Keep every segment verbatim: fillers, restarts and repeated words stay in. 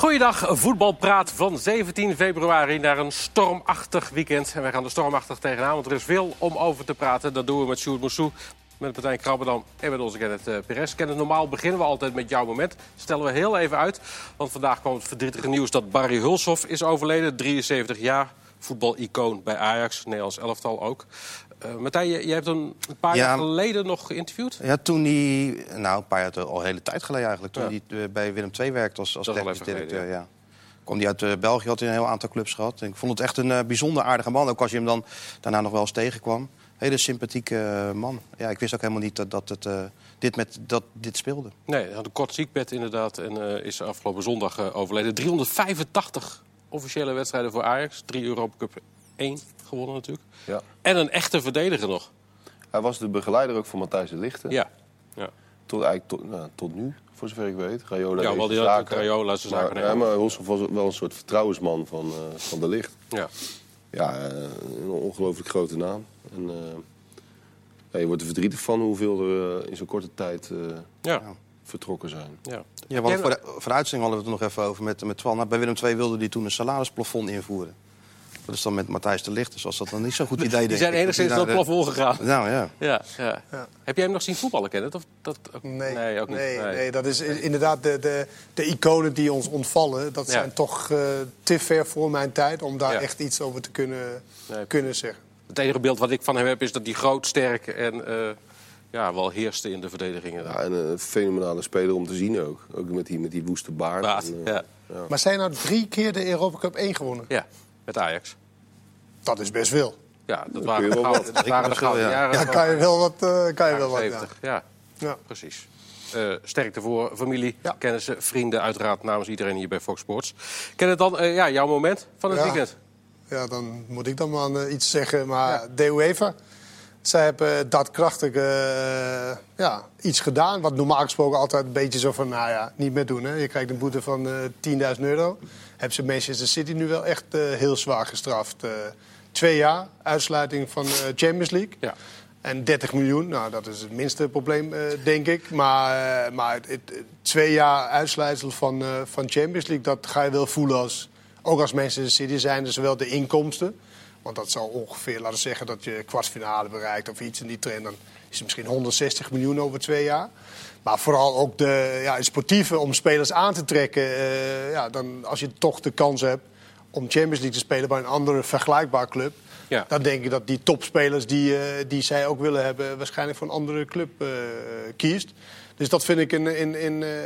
Goeiedag, voetbalpraat van zeventien februari naar een stormachtig weekend. En wij gaan er stormachtig tegenaan, want er is veel om over te praten. Dat doen we met Sjoerd Moussou, met Martijn Krabberdam en met onze Kenneth uh, Perez. Kenneth, normaal beginnen we altijd met jouw moment. Stellen we heel even uit, want vandaag kwam het verdrietige nieuws dat Barry Hulshoff is overleden. drieënzeventig jaar, voetbalicoon bij Ajax, Nederlands elftal ook. Uh, Martijn, je, je hebt hem een paar ja, jaar geleden nog geïnterviewd? Ja, toen hij, nou een paar jaar, al een hele tijd geleden eigenlijk, toen hij ja. uh, bij Willem twee werkte als, als technisch directeur. Geleden, ja. Ja. Kwam hij uit uh, België, had hij een heel aantal clubs gehad. En ik vond het echt een uh, bijzonder aardige man, ook als je hem dan daarna nog wel eens tegenkwam. Hele sympathieke uh, man. Ja, ik wist ook helemaal niet dat, dat het uh, dit, met, dat dit speelde. Nee, hij had een kort ziekbed inderdaad en uh, is afgelopen zondag uh, overleden. driehonderdvijfentachtig officiële wedstrijden voor Ajax, drie Europa Cup één gewonnen natuurlijk. Ja. En een echte verdediger nog. Hij was de begeleider ook van Matthijs de Ligt. Ja. Ja. Tot, eigenlijk tot, nou, tot nu, voor zover ik weet. Raiola ja, wel die had Raiola zijn zaken. Maar, ja, maar Hulshoff was wel een soort vertrouwensman van, uh, van de Ligt. Ja, ja uh, een ongelooflijk grote naam. En, uh, ja, je wordt er verdrietig van hoeveel er uh, in zo'n korte tijd uh, ja. vertrokken zijn. Ja. Ja, want voor, de, voor de uitzending hadden we het er nog even over met, met Twan. Nou, bij Willem twee wilde hij toen een salarisplafond invoeren. Dat is dan met Matthijs de Ligt, dus was dat dan niet zo'n goed idee. Die denk zijn ik. enigszins door het plafond gegaan. Nou ja. Ja, ja. Ja. Heb jij hem nog zien voetballen, Kenneth? Of dat ook? Nee, nee, ook niet. Nee, nee. nee, dat is inderdaad de, de, de iconen die ons ontvallen. Dat zijn ja. toch uh, te ver voor mijn tijd om daar ja. echt iets over te kunnen, nee. kunnen zeggen. Het enige beeld wat ik van hem heb is dat hij groot, sterk en uh, ja, wel heerste in de verdedigingen. Ja, en een fenomenale speler om te zien ook. Ook met die, met die woeste baard. baard en, uh, ja. Ja. Maar zijn nou drie keer de Europa Cup één gewonnen? Ja, met Ajax. Dat is best veel. Ja, dat waren de gouden, dat waren de gouden ja. jaren. Ja, kan je wel wat. Uh, kan je wel wat ja. Ja. Ja, precies. Uh, sterkte voor familie, ja. kennissen, vrienden, uiteraard namens iedereen hier bij Fox Sports. Ken het dan, uh, ja, jouw moment van het ja. weekend? Ja, dan moet ik dan maar uh, iets zeggen. Maar ja. de UEFA, zij hebben daadkrachtig uh, ja, iets gedaan. Wat normaal gesproken altijd een beetje zo van, nou ja, niet meer doen. Hè. Je krijgt een boete van uh, tienduizend euro. Hebben ze Manchester City nu wel echt uh, heel zwaar gestraft. Uh, twee jaar, uitsluiting van uh, Champions League. Ja. En dertig miljoen, nou dat is het minste probleem, uh, denk ik. Maar, uh, maar het, het, twee jaar uitsluitsel van, uh, van Champions League, dat ga je wel voelen als, ook als Manchester City zijn. Dus wel de inkomsten. Want dat zal ongeveer, laten we zeggen, dat je kwartfinale bereikt of iets in die trend. Dan is het misschien honderdzestig miljoen over twee jaar. Maar vooral ook de ja, sportieve om spelers aan te trekken. Uh, ja, dan, als je toch de kans hebt om Champions League te spelen bij een andere vergelijkbare club. Ja. Dan denk ik dat die topspelers die, uh, die zij ook willen hebben waarschijnlijk voor een andere club uh, kiest. Dus dat vind ik een, in, in, uh,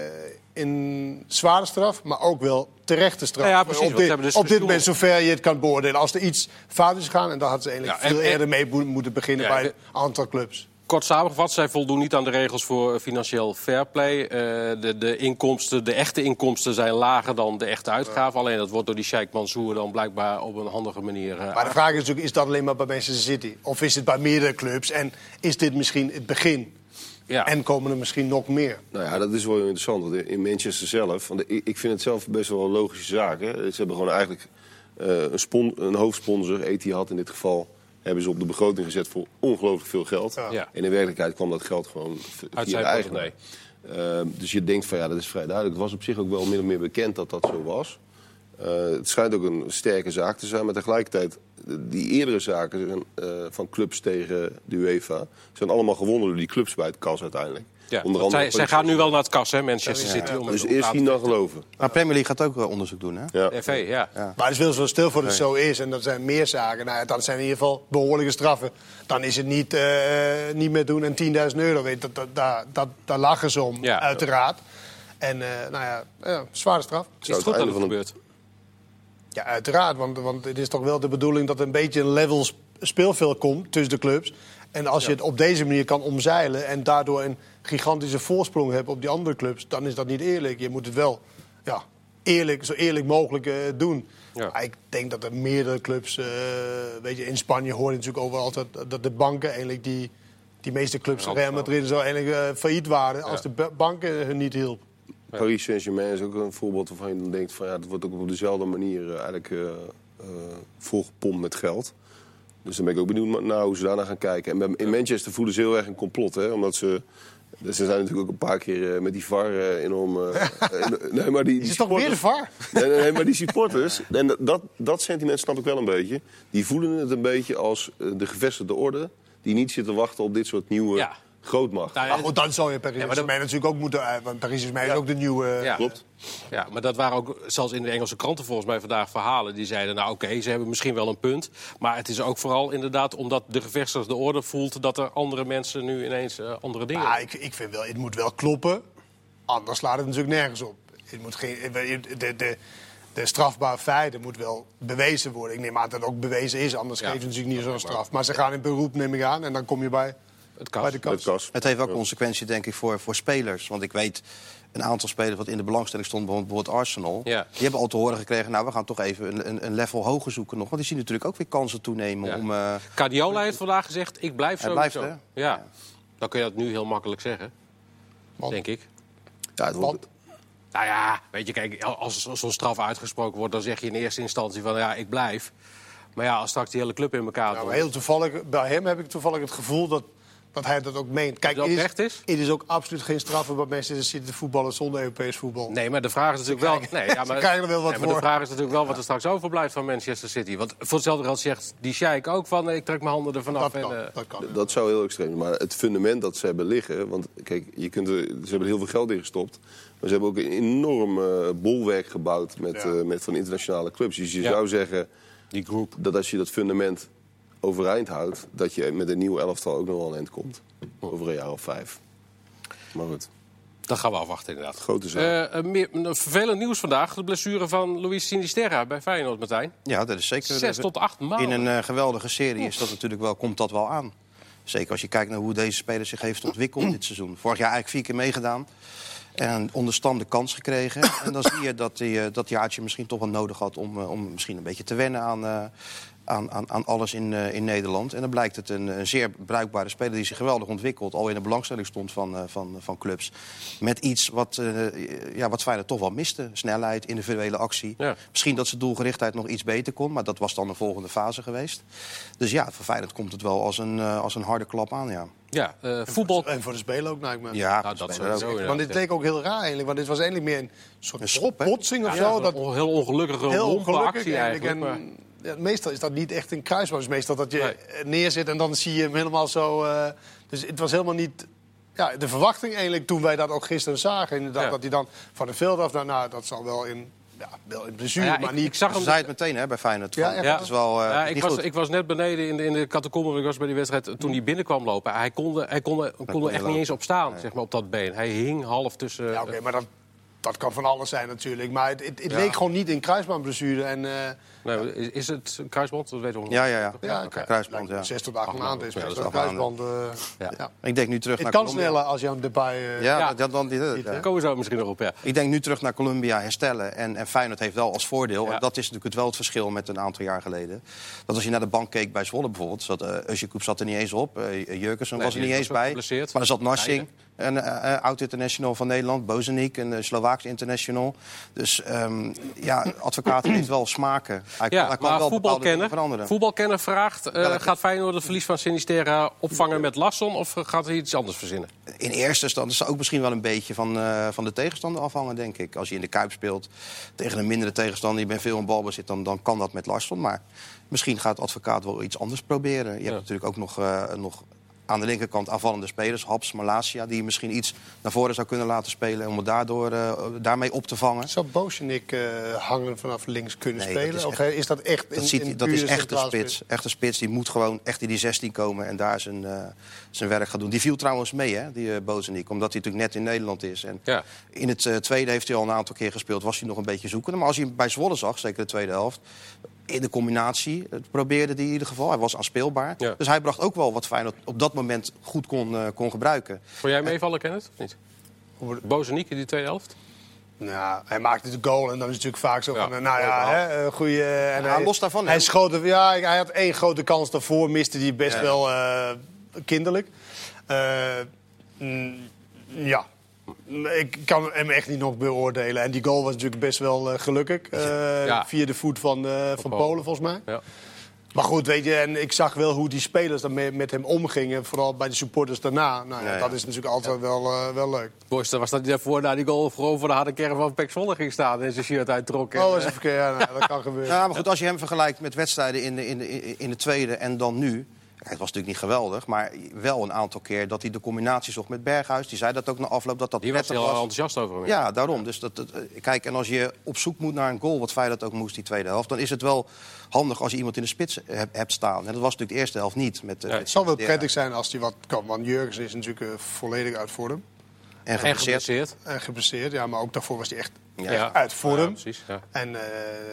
in zware straf, maar ook wel terechte straf. Ja, ja, precies, op dit, dus op dit moment zover je het kan beoordelen. Als er iets fout is gegaan, en daar hadden ze eigenlijk ja, en, veel eerder mee moeten beginnen ja, bij een aantal clubs. Kort samengevat, zij voldoen niet aan de regels voor financieel fair play. Uh, de, de inkomsten, de echte inkomsten zijn lager dan de echte uitgaven. Ja. Alleen dat wordt door die Sheikh Mansour dan blijkbaar op een handige manier... Uh, maar de vraag is natuurlijk, is dat alleen maar bij Manchester City? Of is het bij meerdere clubs? En is dit misschien het begin? Ja. En komen er misschien nog meer? Nou ja, dat is wel interessant. Want in Manchester zelf, want ik vind het zelf best wel een logische zaak. Hè. Ze hebben gewoon eigenlijk uh, een, spon, een hoofdsponsor, Etihad in dit geval... hebben ze op de begroting gezet voor ongelooflijk veel geld. Ja. Ja. En in werkelijkheid kwam dat geld gewoon uit via de eigenaar. Uh, dus je denkt van ja, dat is vrij duidelijk. Het was op zich ook wel min of meer bekend dat dat zo was. Uh, het schijnt ook een sterke zaak te zijn. Maar tegelijkertijd, die eerdere zaken uh, van clubs tegen de UEFA... zijn allemaal gewonnen door die clubs bij het K A S uiteindelijk. Ja, zij, zij gaan nu wel naar het K A S, hè, Manchester ja, City. Ja, ja. Dus eerst zien dan geloven. Maar Premier League gaat ook wel onderzoek doen, hè? Ja. F A, ja. ja. Maar het is wel zo stil voor dat het zo is. En dat zijn meer zaken. Nou, dan zijn in ieder geval behoorlijke straffen. Dan is het niet, uh, niet meer doen en tienduizend euro. Weet, dat, dat, dat, dat, daar lachen ze om, ja. uiteraard. En uh, nou ja, ja, zware straf. Is het goed dat het gebeurt? Ja, uiteraard. Want, want het is toch wel de bedoeling dat er een beetje een level speelveld komt tussen de clubs. En als je het op deze manier kan omzeilen en daardoor een gigantische voorsprong hebt op die andere clubs, dan is dat niet eerlijk. Je moet het wel ja, eerlijk, zo eerlijk mogelijk uh, doen. Ja. Maar ik denk dat er meerdere clubs, uh, weet je, in Spanje hoor je natuurlijk over altijd dat de banken eigenlijk die, die meeste clubs, ja, Real Madrid zo eigenlijk uh, failliet waren als ja. de banken hun niet hielpen. Ja. Paris Saint-Germain is ook een voorbeeld waarvan je dan denkt van ja, dat wordt ook op dezelfde manier uh, eigenlijk uh, uh, volgepompt met geld. Dus dan ben ik ook benieuwd naar hoe ze daarna gaan kijken. En in Manchester voelen ze heel erg een complot, hè, omdat ze Dus ze zijn natuurlijk ook een paar keer uh, met die V A R uh, enorm... Uh, nee, maar die, die is het toch weer de V A R? Nee, nee, nee, maar die supporters, en dat, dat sentiment snap ik wel een beetje. Die voelen het een beetje als uh, de gevestigde orde... die niet zitten wachten op dit soort nieuwe... Ja. grootmacht. Nou, ja, maar goed, dan zou je Paris ja, Saint-Germain dat... natuurlijk ook moeten... Uh, want Paris Saint-Germain is ja. ook de nieuwe... Ja. Klopt. Ja, maar dat waren ook zelfs in de Engelse kranten volgens mij vandaag verhalen. Die zeiden, nou oké, okay, ze hebben misschien wel een punt. Maar het is ook vooral inderdaad omdat de gevestigde orde voelt... dat er andere mensen nu ineens uh, andere dingen... Ja, ik, ik vind wel, het moet wel kloppen. Anders slaat het natuurlijk nergens op. Het moet geen, de, de, de strafbare feiten moet wel bewezen worden. Ik neem aan dat het ook bewezen is, anders ja. geven ze natuurlijk niet zo'n straf. Maar ze gaan in beroep, neem ik aan, en dan kom je bij... Het, kas. Bij de kas. Het, kas. Het heeft ook consequenties, denk ik, voor, voor spelers. Want ik weet een aantal spelers wat in de belangstelling stond, bijvoorbeeld Arsenal. Ja. Die hebben al te horen gekregen, nou, we gaan toch even een, een, een level hoger zoeken nog. Want die zien natuurlijk ook weer kansen toenemen. Ja. om. Uh, Guardiola heeft vandaag gezegd, ik blijf Hij sowieso. blijft, ja. ja, dan kun je dat nu heel makkelijk zeggen. Want? Denk ik. Ja, het wordt... Nou ja, weet je, kijk, als zo'n straf uitgesproken wordt... dan zeg je in eerste instantie van, ja, ik blijf. Maar ja, als straks die hele club in elkaar... Nou, heel toevallig, bij hem heb ik toevallig het gevoel dat... dat hij dat ook meent. Kijk, dat het is, recht is? Het is ook absoluut geen straf wat mensen zitten te voetballen zonder Europees voetbal. Nee, maar de vraag is natuurlijk wel... Nee, ja, maar, krijgen er wel wat nee, maar voor. de vraag is natuurlijk wel wat er straks overblijft van Manchester City. Want voor hetzelfde geld zegt die Sheik ook van... Nee, ik trek mijn handen ervan af. Dat kan, en, uh... dat kan. Dat zou heel extreem zijn. Maar het fundament dat ze hebben liggen... Want kijk, je kunt er, ze hebben er heel veel geld in gestopt. Maar ze hebben ook een enorm uh, bolwerk gebouwd met, ja. uh, met van internationale clubs. Dus je ja. zou zeggen die groep. Dat als je dat fundament overeind houdt... dat je met een nieuw elftal ook nog wel aan het eind komt. Over een jaar of vijf. Maar goed. Dat gaan we afwachten, inderdaad. Grote zaak. Uh, meer, vervelend nieuws vandaag. De blessure van Luis Sinisterra bij Feyenoord, Martijn. Ja, dat is zeker... Zes tot acht maanden. In een uh, geweldige serie is dat natuurlijk wel, komt dat wel aan. Zeker als je kijkt naar hoe deze speler zich heeft ontwikkeld dit seizoen. Vorig jaar eigenlijk vier keer meegedaan. En onder Stam de kans gekregen. En dan zie je dat hij uh, dat jaartje misschien toch wel nodig had... om, uh, om misschien een beetje te wennen aan... Uh, Aan, aan, aan alles in, uh, in Nederland. En dan blijkt het een, een zeer bruikbare speler die zich geweldig ontwikkelt. Al in de belangstelling stond van, uh, van, van clubs. Met iets wat, uh, ja, wat Feyenoord toch wel miste. Snelheid, individuele actie. Ja. Misschien dat zijn doelgerichtheid nog iets beter kon. Maar dat was dan de volgende fase geweest. Dus ja, voor Feyenoord komt het wel als een, uh, als een harde klap aan, ja. Ja, uh, voetbal... En voor de speler ook, lijkt me. Ja, nou, dat sowieso. Want dit leek ook heel raar eigenlijk. Want dit was eigenlijk meer een soort een schop, botsing of ja, zo. Ja, dat dat heel ongelukkige heel ongelukkig actie eigenlijk. En, maar... ja, meestal is dat niet echt een kruisband. Het is meestal dat je nee. neerzit en dan zie je hem helemaal zo... Uh, dus het was helemaal niet... Ja, de verwachting eigenlijk toen wij dat ook gisteren zagen. Inderdaad, ja. Dat hij dan van de veld af... Nou, nou dat zal wel in... Ja, wel in blessure, ja, maar ik, niet... Ik zag hem... Ze zei het meteen hè, bij Feyenoord. Ja, ja, ja. Dat is wel, uh, ja, ik, niet was, goed. ik was net beneden in de, in de catacombe, ik was bij die wedstrijd... toen hij binnenkwam lopen. Hij kon, hij kon, hij kon er echt niet eens op staan, nee. zeg maar, op dat been. Hij hing half tussen... Ja, oké, okay, maar dat... Dat kan van alles zijn natuurlijk. Maar het, het, het ja. leek gewoon niet in kruisbandblessure. En, uh, nee, ja. is, is het een kruisband? Dat weten we nog. Ja, ja, ja. ja okay. Kruisband, ja. Zes tot acht maanden is ja, een kruisband. Uh, ja. Ja. Ik denk nu terug het naar kan Colombia. sneller als je hem erbij... Uh, ja, ja. Dat, dan, dit, daar komen we zo misschien nog op, ja. Ik denk nu terug naar Colombia herstellen. En, en Feyenoord heeft wel als voordeel... Ja. en dat is natuurlijk het wel het verschil met een aantal jaar geleden... dat als je naar de bank keek bij Zwolle bijvoorbeeld... zat, uh, Özilkoop zat er niet eens op, uh, Jurkensen nee, was er niet eens bij... geblesseerd. maar er zat Narsing... Een uh, uh, oud-international van Nederland, Bozeniek, een uh, Slovaaks international. Dus um, ja, advocaat heeft wel smaken. Hij, ja, hij kan maar wel voetbalkenner, veranderen. voetbalkenner vraagt, uh, gaat Feyenoord het verlies van Sinisterra opvangen met Larsson... of gaat hij iets anders verzinnen? In eerste instantie zal ook misschien wel een beetje van, uh, van de tegenstander afhangen, denk ik. Als je in de Kuip speelt tegen een mindere tegenstander... je bent veel in balbezit, dan, dan kan dat met Larsson. Maar misschien gaat advocaat wel iets anders proberen. Je ja. hebt natuurlijk ook nog... Uh, nog aan de linkerkant aanvallende spelers, Haps, Malasia... die misschien iets naar voren zou kunnen laten spelen... om het daardoor, uh, daarmee op te vangen. Zou Bozenik uh, hangen vanaf links kunnen nee, spelen? Is of echt, is dat echt dat in, ziet, in dat is echt een spits? spits. Echt een spits, die moet gewoon echt in die zestien komen... en daar zijn, uh, zijn werk gaan doen. Die viel trouwens mee, hè, die uh, Bozenik, omdat hij natuurlijk net in Nederland is. En ja. In het uh, tweede heeft hij al een aantal keer gespeeld... was hij nog een beetje zoekende. Maar als je hem bij Zwolle zag, zeker de tweede helft... in de combinatie het probeerde hij in ieder geval. Hij was aanspeelbaar. Ja. Dus hij bracht ook wel wat Feyenoord op dat moment goed kon, uh, kon gebruiken. Vond jij meevallen, Kenneth, of niet? Bozeniek in die tweede helft? Nou, hij maakte de goal en dan is het natuurlijk vaak zo ja. van... Nou ja, hè, goeie, en ja, hij, los daarvan. Hij, schoot, ja, hij had één grote kans daarvoor, miste die best ja. wel uh, kinderlijk. Uh, mm, ja... Ik kan hem echt niet nog beoordelen. En die goal was natuurlijk best wel uh, gelukkig. Uh, ja. Via de voet van, uh, van Polen, volgens mij. Ja. Maar goed, weet je, en ik zag wel hoe die spelers dan met, met hem omgingen. Vooral bij de supporters daarna. Nou, ja, ja, dat is natuurlijk altijd ja. wel, uh, wel leuk. Boys, was dat hij daarvoor na die goal gewoon voor de harde kern van P E C Zwolle ging staan en zijn shirt uittrok? Oh, dat is even, ja, nou, dat kan gebeuren. Ja, maar goed, als je hem vergelijkt met wedstrijden in de, in de, in de tweede en dan nu. Het was natuurlijk niet geweldig, maar wel een aantal keer dat hij de combinatie zocht met Berghuis. Die zei dat ook na afloop dat dat die was heel was. enthousiast over hem. Ja, daarom. Dus dat, dat, kijk, en als je op zoek moet naar een goal, wat Feyenoord ook moest die tweede helft, dan is het wel handig als je iemand in de spits hebt, hebt staan. En dat was natuurlijk de eerste helft niet. Met, ja, het zal wel prettig zijn als hij wat kan. Want Jurgens is natuurlijk uh, volledig uit vorm. En geblesseerd. En geblesseerd, ja, maar ook daarvoor was hij echt, ja. echt uit vorm. Ja, precies, ja. En uh,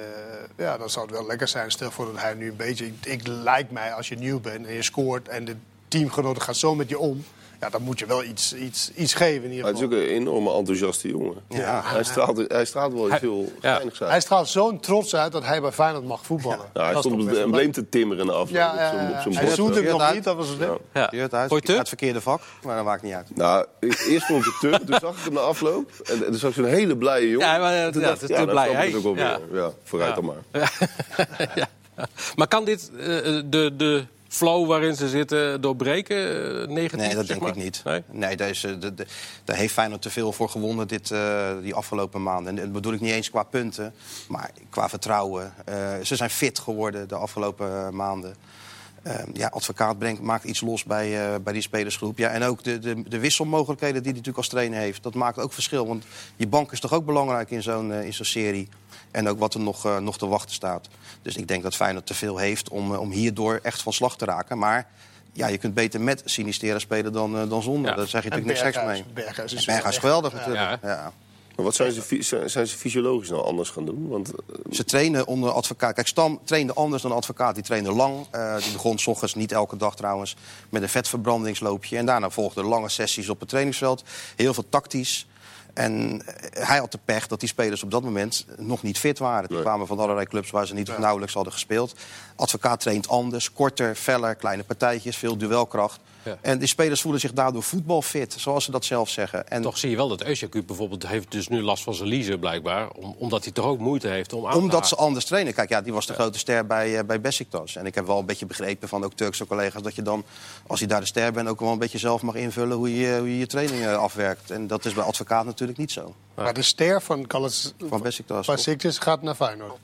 ja, dan zou het wel lekker zijn. Stel voor dat hij nu een beetje... Ik, ik lijkt mij, als je nieuw bent en je scoort en de teamgenoten gaan zo met je om, ja, dan moet je wel iets, iets, iets geven in ieder geval. Hij is ook een enorme enthousiaste jongen. Ja. Hij, straalt, hij straalt wel iets heel geinigs uit. Hij straalt zo'n trots uit dat hij bij Feyenoord mag voetballen. Ja. Nou, hij stond op het embleem te timmeren af. Ja, ja, ja, ja. Hij zoende hem nog niet, dat was het ding. Ja. Ja. Uit, uit het verkeerde vak, maar dat maakt niet uit. Nou, eerst vond ik het te, toen zag ik hem na afloop. En toen zag ik zo'n hele blije jongen. Ja, maar ja, toen ja, dacht, het is ja, te blij. Ook wel ja. ja, vooruit ja. dan maar. Ja. Ja. Maar kan dit uh, de... de flow waarin ze zitten doorbreken, uh, negatief? Nee, dat denk maar. ik niet. Nee, nee daar, is, de, de, daar heeft Feyenoord te veel voor gewonnen dit, uh, die afgelopen maanden. En dat bedoel ik niet eens qua punten, maar qua vertrouwen. Uh, ze zijn fit geworden de afgelopen uh, maanden. Uh, ja, Advocaat brengt, maakt iets los bij, uh, bij die spelersgroep. Ja, en ook de, de, de wisselmogelijkheden die hij natuurlijk als trainer heeft. Dat maakt ook verschil, want je bank is toch ook belangrijk in zo'n uh, in zo'n serie. En ook wat er nog, uh, nog te wachten staat. Dus ik denk dat Feyenoord te veel heeft om, uh, om hierdoor echt van slag te raken. Maar ja, je kunt beter met Sinistera spelen dan, uh, dan zonder. Ja. Daar zeg je natuurlijk niks geks mee. Berghuis is, Berghuis is geweldig ja. natuurlijk. Ja. Ja. Maar wat zijn ze, zijn ze fysiologisch nou anders gaan doen? Want, uh... Ze trainen onder Advocaat. Kijk, Stam trainde anders dan Advocaat. Die trainde lang. Uh, die begon 's ochtends, niet elke dag trouwens, met een vetverbrandingsloopje. En daarna volgden lange sessies op het trainingsveld. Heel veel tactisch. En hij had de pech dat die spelers op dat moment nog niet fit waren. Die nee. kwamen van allerlei clubs waar ze niet of nauwelijks hadden gespeeld. Advocaat traint anders, korter, feller, kleine partijtjes, veel duelkracht. Ja. En die spelers voelen zich daardoor voetbalfit, zoals ze dat zelf zeggen. En toch zie je wel dat Özcaku bijvoorbeeld heeft dus nu last van zijn liezen blijkbaar. Om, omdat hij toch ook moeite heeft om aan te Omdat ze anders trainen. Kijk, ja, die was de ja. grote ster bij, uh, bij Beşiktaş. En ik heb wel een beetje begrepen van ook Turkse collega's dat je dan, als je daar de ster bent, ook wel een beetje zelf mag invullen hoe je hoe je, je trainingen afwerkt. En dat is bij Advocaat natuurlijk niet zo. Ja. Maar de ster van Kalas van Beşiktaş Beşiktaş gaat naar Feyenoord.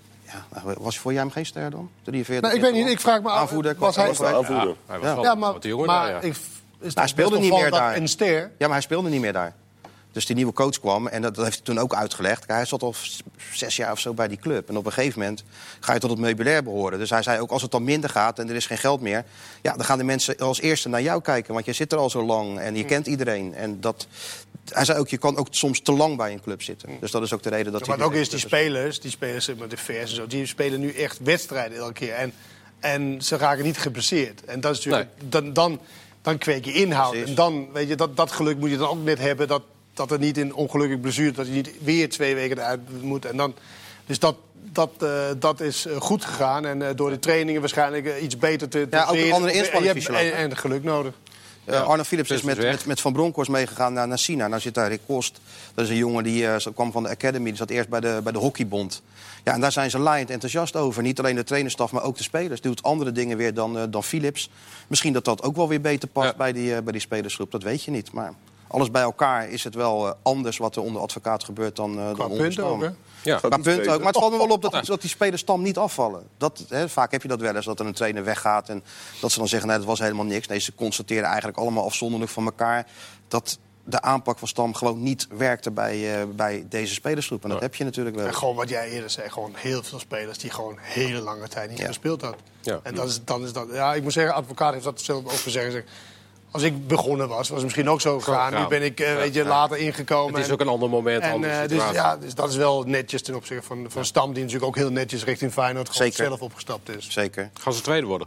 Ja, was voor jij hem geen ster dan? drieënveertig nou, ik weet niet, ik vraag me af. Aanvoerder, was hij, was hij aanvoerder? Ja, hij was ja. wel ja, maar, jonger maar daar, ja. ik, is hij speelde niet meer daar. Een ster? Ja, maar hij speelde niet meer daar. Dus die nieuwe coach kwam en dat, dat heeft hij toen ook uitgelegd. Hij zat al zes jaar of zo bij die club. En op een gegeven moment ga je tot het meubilair behoren. Dus hij zei ook, als het dan minder gaat en er is geen geld meer, ja, dan gaan de mensen als eerste naar jou kijken. Want je zit er al zo lang en je hm. kent iedereen. En dat, hij zei ook, je kan ook soms te lang bij een club zitten. Dus dat is ook de reden dat ja, hij... Maar ook is die spelers, die spelers met de vers en zo, die spelen nu echt wedstrijden elke keer. En, en ze raken niet geblesseerd. En dat is natuurlijk, nee. dan, dan, dan kweek je inhoud. Precies. En dan, weet je, dat, dat geluk moet je dan ook net hebben, dat dat er niet in ongelukkig blessure, dat je niet weer twee weken eruit moet. En dan, dus dat, dat, uh, dat is uh, goed gegaan. En uh, door de trainingen waarschijnlijk uh, iets beter te... te ja, ook een andere inspanning. En, en, en geluk nodig. Uh, ja. Arno Philips is met, met, met Van Bronckhorst meegegaan naar, naar China. Nou zit daar Rick Kost. Dat is een jongen die uh, kwam van de Academy. Die zat eerst bij de, bij de Hockeybond. Ja, en daar zijn ze laaiend enthousiast over. Niet alleen de trainerstaf, maar ook de spelers. Die doet andere dingen weer dan, uh, dan Philips. Misschien dat dat ook wel weer beter past ja. bij, die, uh, bij die spelersgroep. Dat weet je niet, maar... Alles bij elkaar is het wel uh, anders wat er onder Advocaat gebeurt dan, uh, dan onder Stam. Ook, hè? Ja. Qua punten ook. Maar het valt me wel op dat, dat die spelers Stam niet afvallen. Dat, hè, vaak heb je dat wel eens, dat er een trainer weggaat en dat ze dan zeggen, nee, dat was helemaal niks. Nee, ze constateren eigenlijk allemaal afzonderlijk van elkaar dat de aanpak van Stam gewoon niet werkte bij, uh, bij deze spelersgroep. En dat ja. heb je natuurlijk wel. En gewoon wat jij eerder zei, gewoon heel veel spelers die gewoon hele lange tijd niet ja. gespeeld hadden. Ja. En dat is, dan is dat, ja, ik moet zeggen, Advocaat heeft dat zelf ook gezegd. Als ik begonnen was, was het misschien ook zo gegaan. Nu ben ik uh, weet je, later ingekomen. Het is ook een ander moment. En, uh, dus, ja, dus dat is wel netjes ten opzichte van, van Stam, die natuurlijk ook heel netjes richting Feyenoord gewoon zelf opgestapt is. Zeker. Gaan ze tweede worden?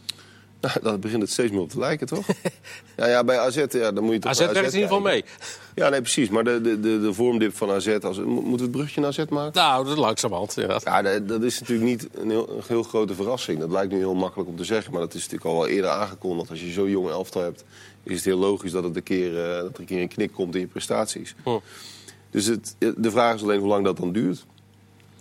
Nou, dat begint het steeds meer op te lijken, toch? ja, ja, bij A Z, ja, dan moet je toch A Z werkt in ieder geval mee. Ja, nee, precies. Maar de, de, de, de vormdip van A Z... Als, moeten we het brugje naar A Z maken? Nou, dat is langzamerhand. Ja, ja dat, dat is natuurlijk niet een heel, een heel grote verrassing. Dat lijkt nu heel makkelijk om te zeggen. Maar dat is natuurlijk al wel eerder aangekondigd. Als je zo'n jong elftal hebt, is het heel logisch dat, het een keer, uh, dat er een keer een knik komt in je prestaties. Oh. Dus het, de vraag is alleen hoe lang dat dan duurt.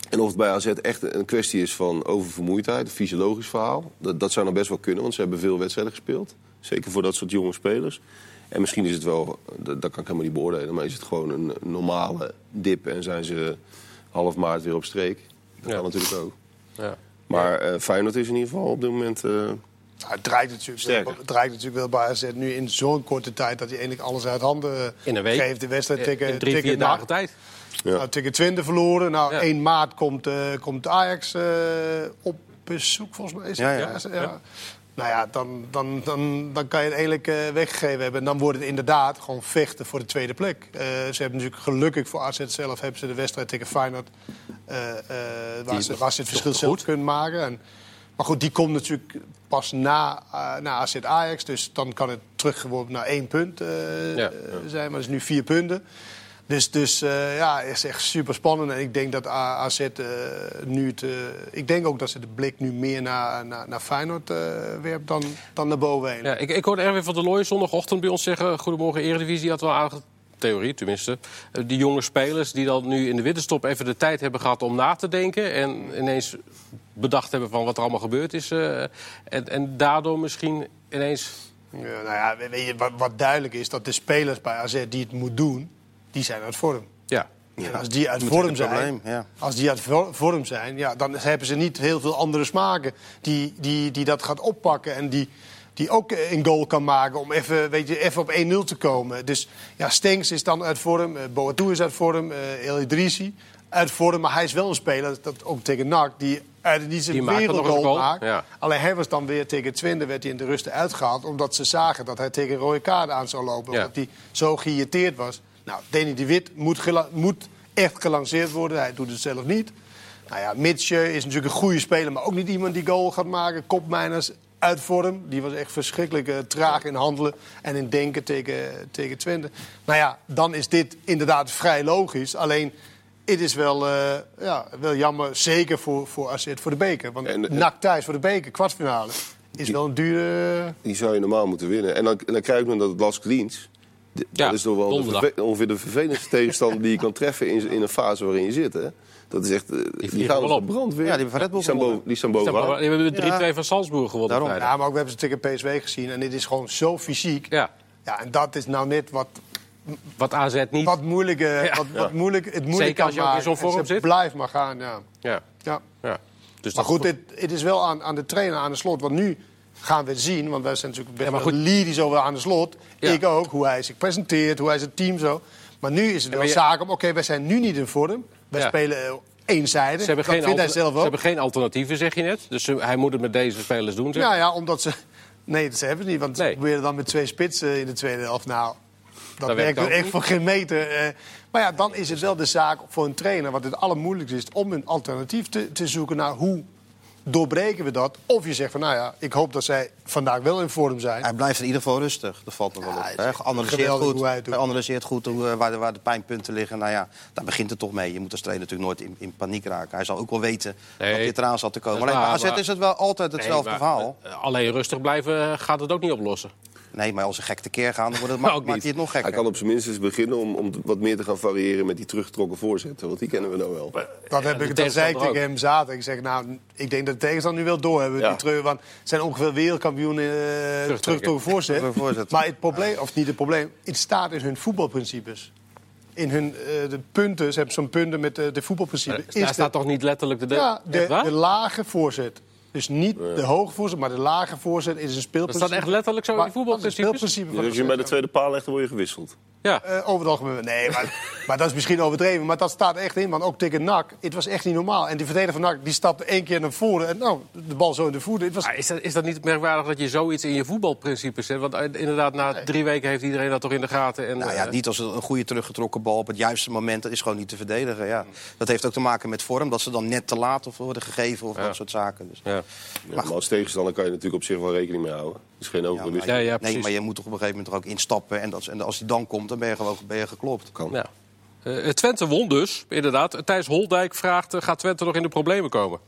En of het bij A Z echt een kwestie is van oververmoeidheid, een fysiologisch verhaal... dat, dat zou nog best wel kunnen, want ze hebben veel wedstrijden gespeeld. Zeker voor dat soort jonge spelers. En misschien is het wel, dat, dat kan ik helemaal niet beoordelen... maar is het gewoon een normale dip en zijn ze half maart weer op streek. Dat ja. kan natuurlijk ook. Ja. Maar uh, Feyenoord is in ieder geval op dit moment... Uh, Nou, het, draait natuurlijk wel, het draait natuurlijk wel bij A Z nu in zo'n korte tijd... dat hij eigenlijk alles uit handen in een week. geeft. De wedstrijd tegen in drie, vier dagen tijd. Ja. Nou, tegen Twente verloren. Nou, ja. één maart komt, uh, komt Ajax uh, op bezoek, volgens mij. Is ja, het? ja. Ja. Ja. Ja. Nou ja, dan, dan, dan, dan kan je het eigenlijk uh, weggegeven hebben. En dan wordt het inderdaad gewoon vechten voor de tweede plek. Uh, ze hebben natuurlijk gelukkig voor A Z zelf... hebben ze de wedstrijd tegen Feyenoord... Uh, uh, waar, ze, waar ze het verschil zelf kunnen maken. En, maar goed, die komt natuurlijk pas na, uh, na A Z Ajax. Dus dan kan het teruggeworpen naar één punt uh, ja, ja. zijn. Maar het is nu vier punten. Dus, dus uh, ja, het is echt super spannend. En ik denk dat A Z uh, nu het... Uh, ik denk ook dat ze de blik nu meer naar, naar, naar Feyenoord uh, werpt dan, dan naar boven heen. Ja, ik, ik hoorde Erwin van der Looy zondagochtend bij ons zeggen... Goedemorgen Eredivisie, had wel aardige theorie tenminste. Uh, die jonge spelers die dan nu in de winterstop even de tijd hebben gehad om na te denken... en ineens bedacht hebben van wat er allemaal gebeurd is. Uh, en, en daardoor misschien ineens... Ja, nou ja, weet je, wat, wat duidelijk is, dat de spelers bij A Z die het moet doen... die zijn uit vorm. Ja. En als die uit vorm zijn, probleem, ja. als die uit vorm zijn, ja, dan hebben ze niet heel veel andere smaken die, die, die dat gaat oppakken en die, die ook een goal kan maken om even, weet je, even op één nul te komen. Dus ja, Stenks is dan uit vorm, uh, Boadu is uit vorm, uh, El Idrissi uit vorm, maar hij is wel een speler, dat ook tegen N A C, die uit niet zijn wereldgoal maakt. Ja. Alleen hij was dan weer tegen Twente, werd hij in de rust uitgehaald, omdat ze zagen dat hij tegen een rode kaart aan zou lopen, ja. omdat hij zo geïrriteerd was. Nou, Danny de Wit moet, moet echt gelanceerd worden. Hij doet het zelf niet. Nou ja, Mitchell is natuurlijk een goede speler, maar ook niet iemand die goal gaat maken. Kopmeiners uit vorm. Die was echt verschrikkelijk uh, traag in handelen en in denken tegen, tegen Twente. Nou ja, dan is dit inderdaad vrij logisch. Alleen, het is wel, uh, ja, wel jammer, zeker voor, voor A Z, voor de beker. Want en, N A C thuis voor de beker, kwartfinale, is die, wel een dure... Die zou je normaal moeten winnen. En dan, en dan krijg je nog dat het Las Kliens... Dat ja, is toch wel de verve- ongeveer de vervelendste tegenstander die je kan treffen in, in een fase waarin je zit. Hè? Dat is echt... Uh, die, die gaan op brand weer. Ja, die hebben die staan boven, die staan bovenaan. Die hebben drie twee ja. van Salzburg gewonnen. Daarom. Ja, maar ook we hebben ze tegen P S V gezien. En dit is gewoon zo fysiek. Ja. Ja, en dat is nou net wat... Wat A Z niet... Wat moeilijk, uh, ja. wat, wat moeilijk, het moeilijk Zeker als je ook in zo'n vorm zit. Blijf maar gaan, ja. Ja. ja. ja. Dus maar goed, het, het is wel aan, aan de trainer aan de slot. Want nu... gaan we het zien, want wij zijn natuurlijk best ja, wel leadie zo wel aan de slot. Ja. Ik ook, hoe hij zich presenteert, hoe hij zijn team zo. Maar nu is het wel ja, je... zaak om, oké, okay, wij zijn nu niet in vorm. Wij ja. spelen uh, eenzijdig, dat vindt alter... hij zelf ook. Ze hebben geen alternatieven, zeg je net. Dus uh, hij moet het met deze spelers doen, zeg. Ja, ja, omdat ze... Nee, dat hebben ze niet, want nee. ze proberen dan met twee spitsen in de tweede helft. Nou, dat, dat werkt echt niet. Voor geen meter. Uh, maar ja, dan is het wel de zaak voor een trainer, wat het allermoeilijkste is, om een alternatief te, te zoeken naar hoe... doorbreken we dat? Of je zegt van, nou ja, ik hoop dat zij vandaag wel in vorm zijn. Hij blijft in ieder geval rustig. Dat valt nog wel op. Ja, hij analyseert goed, hij hij analyseert goed hoe, waar, de, waar de pijnpunten liggen. Nou ja, daar begint het toch mee. Je moet als trainer natuurlijk nooit in, in paniek raken. Hij zal ook wel weten nee, dat dit eraan zat te komen. Alleen bij A Z is het wel altijd hetzelfde nee, maar, verhaal. Alleen rustig blijven gaat het ook niet oplossen. Nee, maar als ze gek tekeer gaan, dan wordt het, maakt hij het nog gekker. Hij kan op zijn minst eens beginnen om, om wat meer te gaan variëren met die teruggetrokken voorzetten. Want die kennen we nou wel. Dat heb ik dan zei ik tegen hem zaterdag. Ik zeg, nou, ik denk dat de tegenstander nu wel door hebben. Ja. Die terug, want zijn ongeveer wereldkampioenen uh, teruggetrokken voorzet. voorzet. Maar het probleem, of niet het probleem, het staat in hun voetbalprincipes. In hun uh, de punten, ze hebben zo'n punten met uh, de voetbalprincipes. Daar staat de, toch niet letterlijk de... de ja, de, de lage voorzet. Dus niet ja. de hoge voorzet, maar de lage voorzet is een speelprincipe. Dat staat echt letterlijk zo in die voetbalprincipes? Ja, als je bij de tweede paal legt, dan word je gewisseld. Ja. Uh, over het algemeen. Nee, maar, maar dat is misschien overdreven. Maar dat staat echt in. Want ook tegen N A C, het was echt niet normaal. En die verdediger van N A C die stapte één keer naar voren. En nou, de bal zo in de voeten. Was... Is, dat, is dat niet merkwaardig dat je zoiets in je voetbalprincipes zet? Want inderdaad, na nee. drie weken heeft iedereen dat toch in de gaten. En, nou ja, niet als een goede teruggetrokken bal op het juiste moment. Dat is gewoon niet te verdedigen. Ja. Dat heeft ook te maken met vorm. Dat ze dan net te laat of worden gegeven of ja. dat soort zaken. Dus. Ja. Ja, maar, maar als tegenstander kan je natuurlijk op zich wel rekening mee houden. Dat is geen overlust. Ja, ja, ja, nee, maar je moet toch op een gegeven moment er ook instappen. En, dat, en als die dan komt, dan ben je gewoon ben je geklopt. Kan. Ja. Uh, Twente won dus, inderdaad. Thijs Holdijk vraagt, uh, gaat Twente nog in de problemen komen?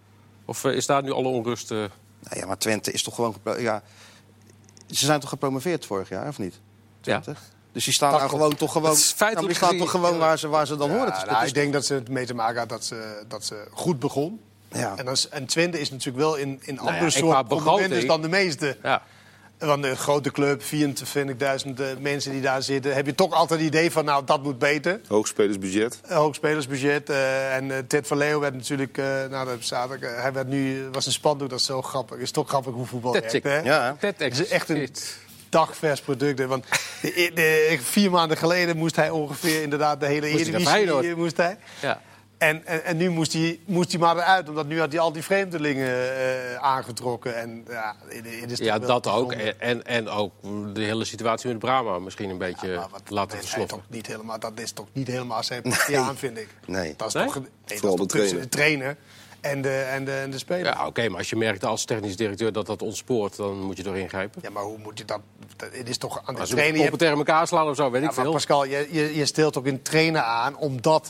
Of uh, is daar nu alle onrust... Uh... Nou ja, maar Twente is toch gewoon... Ja, ze zijn toch gepromoveerd vorig jaar, of niet? Twente? Ja. Dus die staan daar gewoon toch gewoon, nou, die staan toch gewoon waar ze, waar ze dan ja, horen. Het is, nou, het is ik denk dat ze het mee te maken had dat ze, dat ze goed begon. Ja. En, als, en Twente is natuurlijk wel in, in nou andere ja, soort begroting dan de meeste. Ja. Want een grote club, vierentwintigduizend mensen die daar zitten... heb je toch altijd het idee van, nou, dat moet beter. Hoogspelersbudget. Uh, hoog spelersbudget. Uh, en uh, Ted van Leeuwen werd natuurlijk... Uh, nou, dat zaterdag, uh, hij werd nu, was een spandoek, dat is zo grappig. Het is toch grappig hoe voetbal Ted werkt, hè? Ja, het is echt een dagvers product. Hè? Want de, de, vier maanden geleden moest hij ongeveer inderdaad de hele Eredivisie... moest hij. Ja. En, en, en nu moest hij, moest hij maar eruit, omdat nu had hij al die vreemdelingen uh, aangetrokken. En, ja, het, het is ja dat ook. bijzonder. En, en ook de hele situatie met Brahma misschien een beetje ja, wat, laten versloffen. Niet helemaal, dat is toch niet helemaal zijn passie aan, vind ik. Nee. Dat is nee? toch, nee, Vooral dat is de toch trainer. de trainer en de, en de, en de speler. Ja, Ja, oké, okay, maar als je merkt als technisch directeur dat dat ontspoort, dan moet je toch ingrijpen. maar hoe moet je dat... dat het is toch aan de Als ze trainer... koppen tegen elkaar slaan of zo, weet ja, ik maar veel. Pascal, je, je, je stelt ook een trainer aan om dat,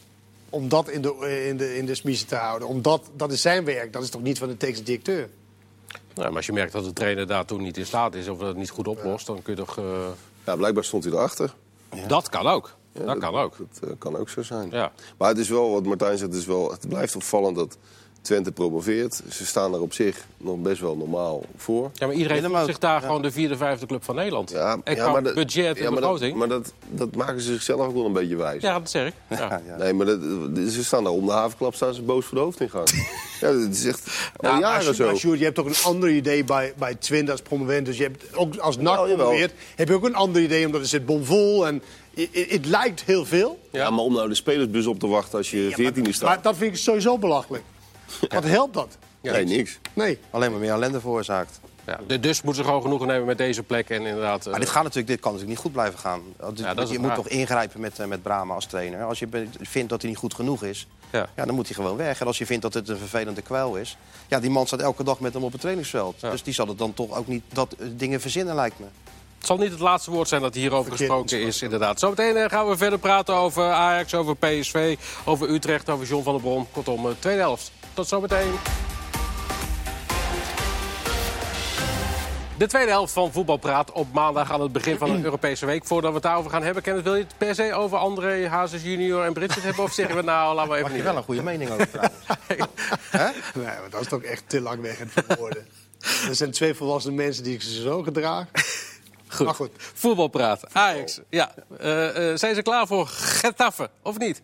om dat in, de, in, de, in de smiezen te houden. Omdat, dat is zijn werk, dat is toch niet van de technisch directeur? Nou, maar als je merkt dat de trainer daartoe niet in staat is of dat het niet goed oplost, dan kun je toch... Uh... Ja, blijkbaar stond hij erachter. Ja. Dat kan ook. Ja, dat, dat kan ook. Dat uh, kan ook zo zijn. Ja. Maar het is wel, wat Martijn zegt, het, is wel, het blijft opvallend dat Twente promoveert. Ze staan er op zich nog best wel normaal voor. Ja, maar iedereen Helemaal voelt zich daar ja. gewoon de vierde, vijfde club van Nederland. Ja, en ja, qua maar dat- budget en ja, maar begroting. Dat, maar dat, dat maken ze zichzelf ook wel een beetje wijs. Ja, dat zeg ik. Ja. Ja, ja. Nee, maar dat, ze staan daar om de havenklap, staan ze boos voor de hoofdingang. Ja, dat is echt al Ja, jaren maar zo. Sjoerd, Sjoerd, je hebt toch een ander idee bij, bij Twente als promovent. Dus je hebt ook als N A C Jawel, jawel. promoveert, heb je ook een ander idee, omdat er zit bomvol. En het- het lijkt heel veel. Ja, maar om nou de spelersbus op te wachten als je veertiende staat. Maar dat vind ik sowieso belachelijk. Wat helpt dat? Nee, niks. Nee. Alleen maar meer ellende veroorzaakt. Ja, de- dus moeten ze gewoon genoegen nemen met deze plek. En inderdaad, Maar uh, dit, gaat natuurlijk, dit kan natuurlijk niet goed blijven gaan. Want Ja, dat is je een moet vraag. toch ingrijpen met, uh, met Brahma als trainer. Als je be- vindt dat hij niet goed genoeg is, ja. ja, dan moet hij gewoon weg. En als je vindt dat het een vervelende kwel is... Ja, die man staat elke dag met hem op het trainingsveld. Ja. Dus die zal het dan toch ook niet dat uh, dingen verzinnen, lijkt me. Het zal niet het laatste woord zijn dat hierover Verkeerd gesproken is, inderdaad. Zometeen uh, gaan we verder praten over Ajax, over P S V, over Utrecht, over John van der Brom. Kortom, uh, tweede helft. Tot zometeen. De tweede helft van Voetbalpraat op maandag aan het begin van een Europese week. Voordat we het daarover gaan hebben, Kenneth, wil je het per se over André Hazes junior en Bridget hebben? Of zeggen we nou, laten we even Mag je niet. wel een goede mening over trouwens. Nee, maar dat is toch echt te lang weg in het woorden. Er zijn twee volwassen mensen die ik ze zo gedraag. Goed. Maar goed. Voetbalpraat. Ajax. Ja. Uh, uh, zijn ze klaar voor Getafe, of niet?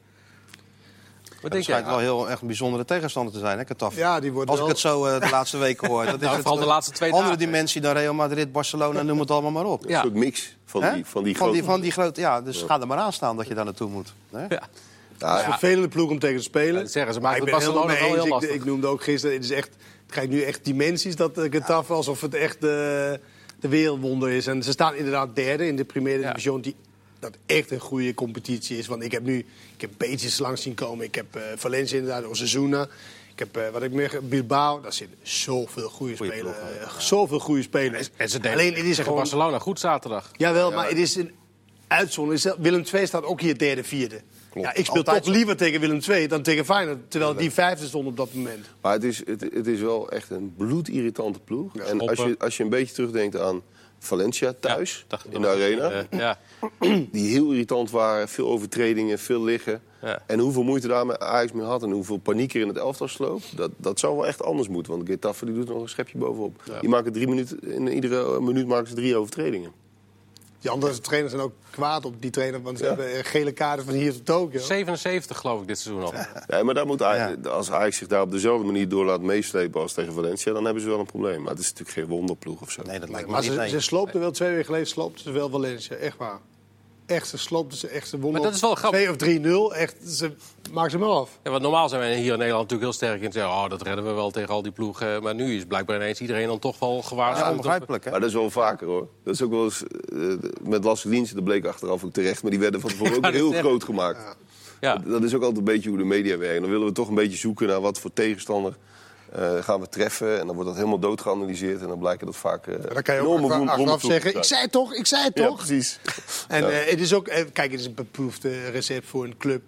Wat Het denk schijnt jij? wel heel echt een bijzondere tegenstander te zijn, hè, Getafe. Ja, die wordt Als wel... ik het zo uh, de laatste weken hoor. Dat is Nou, het, vooral de uh, laatste twee andere dagen. dimensie dan Real Madrid, Barcelona, noem het allemaal maar op. Ja. Een soort mix van Hè? die, van die van die, grote... van die grote. Ja, dus ga er maar aan staan dat je daar naartoe moet. Hè? Ja. Ja, Het is een ja. vervelende ploeg om tegen te spelen. Ja, dat zeggen ze, maar maar ik het ben was helemaal dan mee ook wel eens. heel Ik, lastig. ik noemde ook gisteren, het is echt, het krijgt nu echt dimensies, dat uh, Getafe, alsof het echt uh, de wereldwonder is. En ze staan inderdaad derde in de Primera Ja. Division, die dat echt een goede competitie is. Want ik heb nu ik heb beetjes langs zien komen. Ik heb uh, Valencia inderdaad, Osasuna. Ik heb, uh, wat ik meer, Bilbao, daar zitten zoveel goede Goeie spelers. ploegen, Uh, zoveel goede spelers. En ze deden Alleen, het is tegen gewoon... Barcelona goed zaterdag. Jawel, maar het is een uitzondering. Willem twee staat ook hier derde, vierde. Klopt. Ja, ik speel Altijd toch zo. liever tegen Willem twee dan tegen Feyenoord. Terwijl die vijfde stond op dat moment. Maar het is, het, het is wel echt een bloedirritante ploeg. en als Kloppen. je, als je een beetje terugdenkt aan Valencia thuis, Ja, dacht ik in de wel. arena... Uh, ja. die heel irritant waren, veel overtredingen, veel liggen. Ja. En hoeveel moeite daar met Ajax mee had en hoeveel paniek er in het elftal sloop... dat, dat zou wel echt anders moeten, want Getafe die doet er nog een schepje bovenop. Die maken drie minuten, in iedere minuut maken ze drie overtredingen. Die andere trainers zijn ook kwaad op die trainer. Want ze Ja. hebben eh, gele kaarten van hier tot Tokio. zevenenzeventig geloof ik dit seizoen al. Nee, maar daar moet Ajax, als Ajax zich daar op dezelfde manier door laat meeslepen als tegen Valencia... dan hebben ze wel een probleem. Maar het is natuurlijk geen wonderploeg of zo. Nee, dat lijkt me Maar niet. ze, Nee. ze sloopten wel twee weken geleden, sloopten ze wel Valencia. Echt waar. Echt, ze sloopten ze echt. Ze wonnen Maar dat is wel grappig. twee of drie nul. Echt, ze maakten ze maar af. Ja, want normaal zijn wij hier in Nederland natuurlijk heel sterk in te zeggen... oh, dat redden we wel tegen al die ploegen. Maar nu is blijkbaar ineens iedereen dan toch wel Ja, gewaarschuwd. onbegrijpelijk, hè? Maar dat is wel vaker, hoor. Dat is ook wel eens... Uh, met Lasse Diensten, dat bleek achteraf ook terecht... maar die werden van tevoren ook ga het heel zeggen. groot gemaakt. Ja. Ja. Dat, dat is ook altijd een beetje hoe de media werken. Dan willen we toch een beetje zoeken naar wat voor tegenstander... Uh, gaan we treffen en dan wordt dat helemaal dood geanalyseerd... en dan blijken dat vaak uh, Dan kan je ook enorme achteraf- won- achteraf wonderploegen zeggen, te ik zijn. zei het toch, ik zei het Ja, toch. precies. En Ja. eh, het is ook, eh, kijk, het is een beproefd eh, recept voor een club.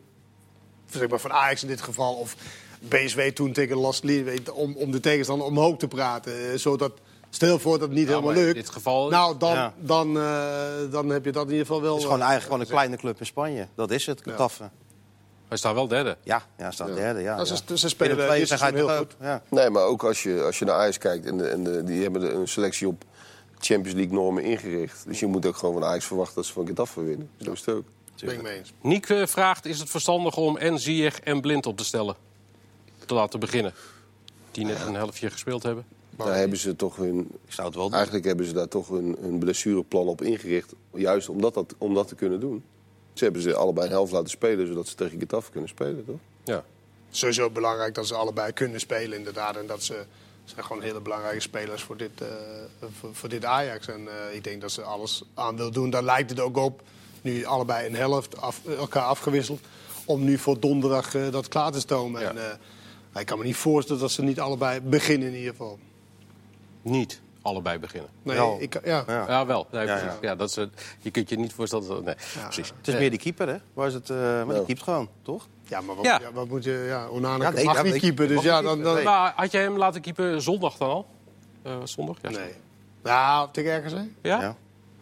Zeg maar van Ajax in dit geval. Of B S W toen tegen Las Lille, weet je, om, om de tegenstander omhoog te praten. eh, zodat Stel voor dat het niet Ja, helemaal maar in lukt. dit geval- Nou, dan, Ja. dan, uh, dan heb je dat in ieder geval wel... Het is gewoon uh, eigenlijk gewoon een kleine club in Spanje. Dat is het, Getafe. Hij staat wel derde. Ja, ja, staat Ja. derde. Ja, Nou, ze- ja. ze spelen Binnen twee dit zijn seizoen hij heel toch goed. ook. Ja. Nee, maar ook als je, als je naar Ajax kijkt... en, de, en de, die hebben de- een selectie op Champions League normen ingericht. Dus je moet ook gewoon van Ajax verwachten dat ze van Getafe winnen. Zo is het ook. Ben ik mee eens. Niek uh, vraagt, is het verstandig om en Ziyech en Blind op te stellen? Te laten beginnen. Die net een helftje gespeeld hebben. Daar hebben ze toch hun, Ik zou het wel doen. eigenlijk hebben ze daar toch hun, hun blessureplan op ingericht. Juist om dat, dat, om dat te kunnen doen. Ze hebben ze allebei een helft laten spelen, zodat ze tegen Getafe kunnen spelen, toch? Ja. Sowieso belangrijk dat ze allebei kunnen spelen, inderdaad. En dat ze zijn gewoon hele belangrijke spelers voor dit, uh, voor, voor dit Ajax. En uh, ik denk dat ze alles aan willen doen. Daar lijkt het ook op. Nu allebei een helft af, elkaar afgewisseld. Om nu voor donderdag uh, dat klaar te stomen. Ja. En, uh, ik kan me niet voorstellen dat ze niet allebei beginnen in ieder geval. Niet allebei beginnen. Nee, Wel. ik, ja. Ja. Ja, wel. Nee, Ja, precies. ja. Ja, dat is, het. Je kunt je niet voorstellen dat... Nee, precies. Het is meer die keeper, hè? Waar is het, uh, maar die Ja. keept gewoon, toch? Ja, maar wat, Ja. ja, wat moet je... Ja, Onana Ja, nee, mag ja, niet ik- keeper, dus mag ja, niet dan... keeper, dan nee. Maar had jij hem laten keeper zondag dan al? Uh, zondag? Ja. nee. Nou, tegen R K C? Ja? Ja.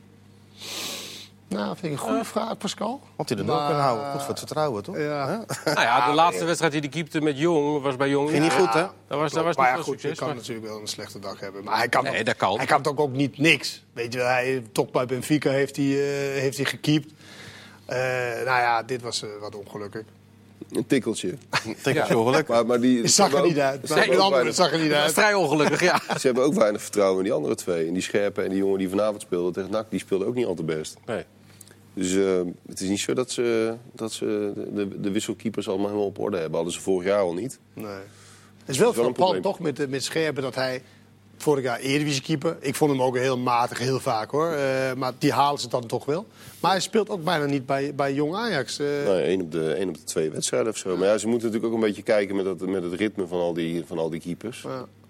Nou, vind ik een goede vraag, Pascal. Had hij er wel Maar- kunnen houden. Goed voor het vertrouwen, toch? Ja. Nou ja, de laatste wedstrijd die hij keepte met Jong was bij Jong. Ging niet Ja, goed, hè? Dat was, dat was maar niet ja, veel goed, je succes. kan maar- natuurlijk wel een slechte dag hebben. Maar hij kan, Nee, ook, dat kan. hij kan toch ook niet niks. Weet je wel, hij, toch bij Benfica heeft hij, uh, heeft hij gekiept. Uh, nou ja, dit was uh, wat ongelukkig. Een tikkeltje. Tegen ja. ongeluk. Maar, maar die, Het ze zag er hebben niet ook- uit. ze Met hebben ook andere, weinig- het zag er niet Dat was uit. vrij ongelukkig, ja. Ze hebben ook weinig vertrouwen in die andere twee. En die Scherpen en die jongen die vanavond speelde tegen N A C, die speelde ook niet al te best. Nee. Dus uh, het is niet zo dat ze, dat ze de, de wisselkeepers allemaal helemaal op orde hebben. Hadden ze vorig jaar al niet. Nee. Het is wel een frappant probleem. toch met, met Scherpen dat hij vorig jaar Eredivisie-keeper. Ik vond hem ook heel matig, heel vaak hoor. Uh, maar die halen ze dan toch wel. Maar hij speelt ook bijna niet bij, bij Jong Ajax. Uh, Nou, één op de, één op de twee wedstrijden of zo. Maar ja, ze moeten natuurlijk ook een beetje kijken met, dat, met het ritme van al die, van al die keepers. ja.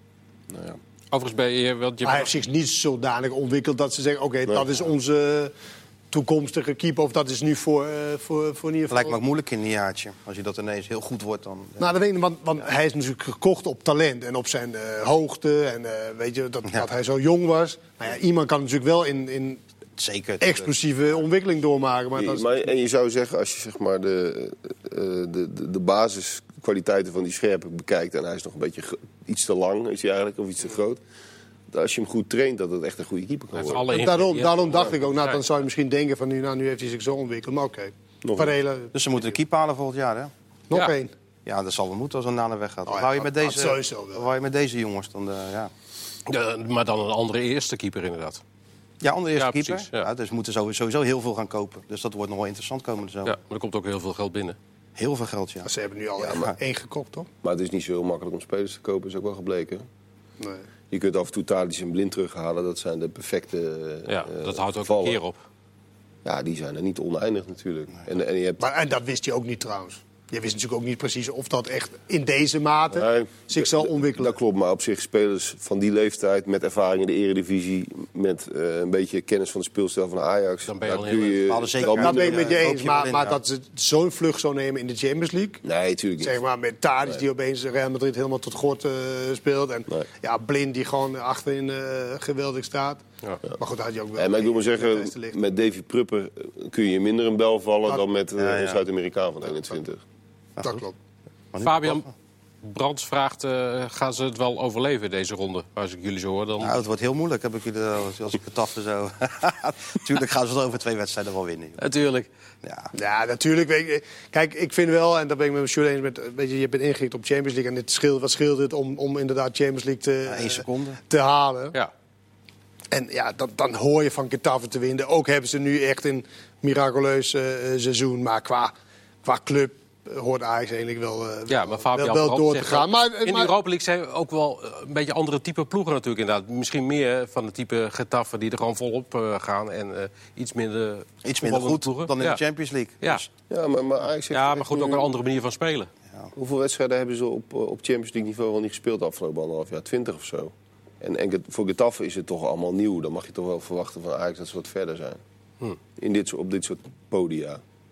Nou ja. Overigens bij je... Want je Maar hij heeft zich niet zodanig ontwikkeld dat ze zeggen... oké, okay, dat is onze toekomstige keeper. Of dat is nu voor, uh, voor, voor in ieder geval... Lijkt me ook moeilijk in een jaartje. Als je dat ineens heel goed wordt, dan... Ja. Nou, dat weet ik niet, want, want hij is natuurlijk gekocht op talent en op zijn uh, hoogte. En uh, weet je, dat, Ja. dat hij zo jong was. Nou ja, iemand kan natuurlijk wel in, in Zeker. explosieve ontwikkeling doormaken. Maar dat is, Maar, en je zou zeggen, als je zeg maar de, uh, de, de, de basiskwaliteiten van die Scherpen bekijkt... en hij is nog een beetje gro- iets te lang, is hij eigenlijk, of iets te groot... dat als je hem goed traint, dat het echt een goede keeper kan Hij heeft worden. alle daarom, ingrediënten. daarom dacht ik ook, nou, Ja. dan zou je misschien denken van... nu, nou, nu heeft hij zich zo ontwikkeld, maar oké. Okay. Nog Varela, Dus ze moeten de keeper halen volgend jaar, hè? nog Ja. één. Ja, dat zal wel moeten als een Nana weggaat. Oh Wat ja, wou je met dat- deze, dat sowieso wel. wat wou je met deze jongens dan? De, ja. Ja, maar dan een andere eerste keeper inderdaad. Ja, andere eerste Ja, keeper. precies, ja. Ja, dus we moeten sowieso, sowieso heel veel gaan kopen. Dus dat wordt nog wel interessant komende Ja, zomer. maar er komt ook heel veel geld binnen. Heel veel geld, ja. Ze hebben nu al Ja, één- maar- één gekocht, toch? Maar het is niet zo heel makkelijk om spelers te kopen, is ook wel gebleken. Nee. Je kunt af en toe Tadic en Blind terughalen, dat zijn de perfecte uh, Ja, dat houdt ook vallen. een keer op. Ja, die zijn er niet oneindig natuurlijk. En, en je hebt... Maar, en dat wist hij ook niet trouwens. Je wist natuurlijk ook niet precies of dat echt in deze mate Nee, zich zal d- ontwikkelen. Dat klopt, maar op zich spelers van die leeftijd, met ervaring in de eredivisie, met uh, een beetje kennis van de speelstijl van Ajax. Dan ben je daar al kun heel je We hadden zeker- wel Ja, Dat ben ik minder- met je hoop eens. je Maar, wel in, maar ja. dat ze zo'n vlucht zo nemen in de Champions League. Nee, natuurlijk niet. Zeg maar met Tadic die opeens Real Madrid helemaal tot God uh, speelt. En Nee. ja, Blind die gewoon achterin uh, geweldig staat. Ja. Maar goed, dat had je ook wel. En maar ik wil maar tegen zeggen, te lichten. met Davy Prupper kun je minder een bel vallen Dat- dan met uh, Ja, ja. een Zuid-Amerikaan van eenentwintig. Dat klopt. Maar nu- Fabian Brands vraagt, uh, gaan ze het wel overleven deze ronde? Als ik jullie zo hoor, dan... Nou, het wordt heel moeilijk, heb ik jullie, als, als ik het taffen zo. Tuurlijk gaan ze het over twee wedstrijden wel winnen. joh. Natuurlijk. Ja. Ja, natuurlijk. Weet je, kijk, ik vind wel, en daar ben ik met mijn Sjoerd eens met... Weet je, je bent ingericht op Champions League. En het scheelt, wat scheelt het om, om inderdaad Champions League te, Ja, één seconde. eh, te halen. Ja. En ja, dan, dan hoor je van Getafe te winnen. Ook hebben ze nu echt een miraculeus uh, seizoen. Maar qua, qua club uh, hoort Ajax eigenlijk wel, uh, Ja, maar Fabian wel, wel Brandt door te zegt gaan. ook, Maar, in de maar, Europa League zijn ook wel uh, een beetje andere type ploegen natuurlijk inderdaad. Misschien meer van het type Getafe die er gewoon volop uh, gaan. En uh, iets minder Iets minder voetballende goed ploegen. dan in ja. de Champions League. Ja. Dus, Ja, maar, maar Ajax heeft Ja, maar echt goed, nu- ook een andere manier van spelen. Hoeveel wedstrijden hebben ze op, op Champions League niveau wel niet gespeeld de afgelopen anderhalf jaar? Twintig of zo. En, en voor Getafe is het toch allemaal nieuw. Dan mag je toch wel verwachten van Ajax dat ze wat verder zijn. Hm. In dit, soort- op dit soort podia.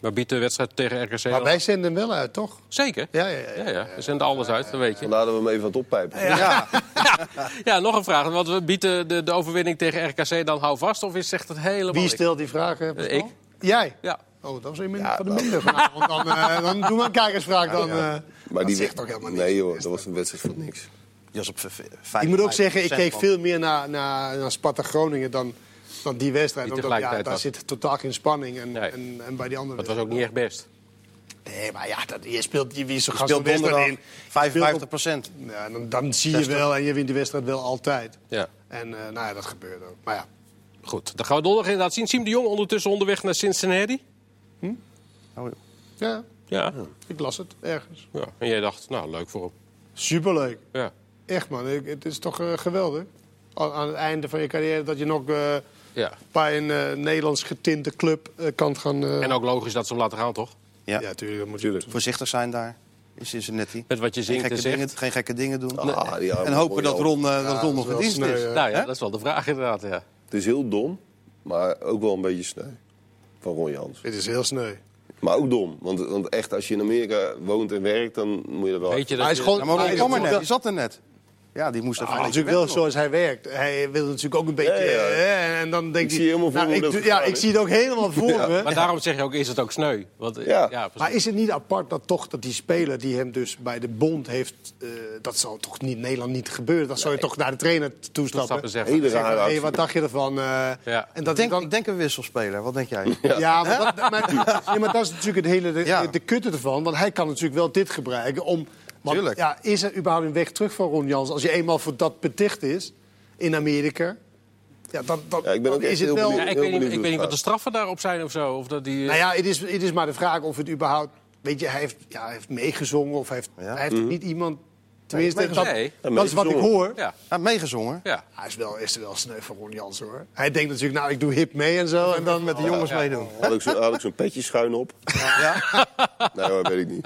Maar biedt de wedstrijd tegen R K C... Maar al... wij zenden hem wel uit, toch? Zeker. Ja, ja, ja. ja, ja. We zenden alles uit, dat weet je. Dan laten we hem even wat oppijpen. Ja. Ja. ja. ja, nog een vraag. Want we bieden de, de overwinning tegen R K C dan hou vast? Of is zegt het helemaal... Wie stelt die vragen? Uh, ik. Jij? Ja. Oh, dat was een minder, ja, van de minder vanavond. Dan, uh, dan doen we een kijkersvraag. Dan, uh, maar dat die zegt toch helemaal niks. Nee joh, dat was een wedstrijd van niks. Op vijf, ik moet ook zeggen, ik keek van. veel meer naar, naar, naar Sparta Groningen dan, dan die wedstrijd. Die Omdat, ja, daar was. zit totaal geen spanning. En, Nee. en, en bij die andere... Dat was ook niet echt best. Nee, maar ja, dat, je speelt je, wie is zo Je gast speelt een wedstrijd donderdag in. vijfenvijftig procent. Ja, dan, dan zie je wel en je wint die wedstrijd wel altijd. Ja. En uh, nou ja, dat gebeurt ook. Maar ja. Goed, dan gaan we donderdag inderdaad zien. Siem de Jong ondertussen onderweg naar Cincinnati. Hm? Oh, Ja, Ja. ik las het ergens. ja. En jij dacht, nou, leuk voor hem. Superleuk. Ja. Echt man, Ik- het is toch uh, geweldig. Aan aan het einde van je carrière dat je nog uh, ja. bij een uh, Nederlands getinte club uh, kan gaan... Uh... En ook logisch dat ze hem laten gaan, toch? ja. Ja, tuurlijk. Dat moet Tuurlijk. Voorzichtig zijn daar. In Cincinnati. Met wat je Geen zingt en gekke, zegt. dingen, geen gekke dingen doen. Ah, die arme En hopen dat Ron Ron, uh, dat Ron nog dat in is dienst wel sneu, is. hè? Nou ja, Hè? dat is wel de vraag inderdaad, ja. Het is heel dom, maar ook wel een beetje sneu. Van Ron Jans. Het is heel sneu. Maar ook dom. Want, want echt, als je in Amerika woont en werkt, dan moet je er wel... Weet je dat Hij is je- gewoon- Ja, maar hij Ron is kwam er net. natuurlijk Die zat er net. Ja, die moest even Ah, een beetje natuurlijk wel weg nog. zoals hij werkt. Hij wil natuurlijk ook een beetje... Ja, ja. eh, en dan denkt Ik hij, zie helemaal voor nou, me ik, dat doe- het ja, gedaan ik is. zie het ook helemaal voor me. Maar daarom zeg je ook, is het ook sneu? Want, eh, Ja. precies. Maar is het niet apart dat toch dat die speler die hem dus bij de bond heeft... Uh, dat zal toch niet in Nederland niet gebeuren? Dat zou je toch naar de trainer toestappen? Stappen zeggen. Hele Zeggen, rare hey, actie. wat dacht je ervan? Uh, Ja. En dat Denk, dan, Ik denk een wisselspeler. Wat denk jij? ja, maar dat, maar, ja, maar dat is natuurlijk het hele de, Ja. de kutte ervan. Want hij kan natuurlijk wel dit gebruiken om... Want, Tuurlijk. ja, is er überhaupt een weg terug van Ron Jans? Als je eenmaal voor dat beticht is in Amerika... Ja, dan, dan, Ja, ik ben ook dan echt is het heel wel... benieuwd. Ja, ik weet niet, benieuwd ik weet niet hoe wat het de straffen daarop zijn of zo. Of dat die, Nou ja, het is, het is maar de vraag of het überhaupt... Weet je, hij heeft, ja, hij heeft meegezongen of hij heeft, Ja. hij heeft niet iemand... Tenminste, dat, Nee. dat is wat ik hoor. Ja, Ja, meegezongen. ja. Hij is wel, is er wel sneu van Ron Jans, hoor. Hij denkt natuurlijk, nou, ik doe hip mee en zo... en dan met de jongens meedoen. Had ik zo- had ik zo'n petje schuin op? Ja. Nee hoor, weet ik niet.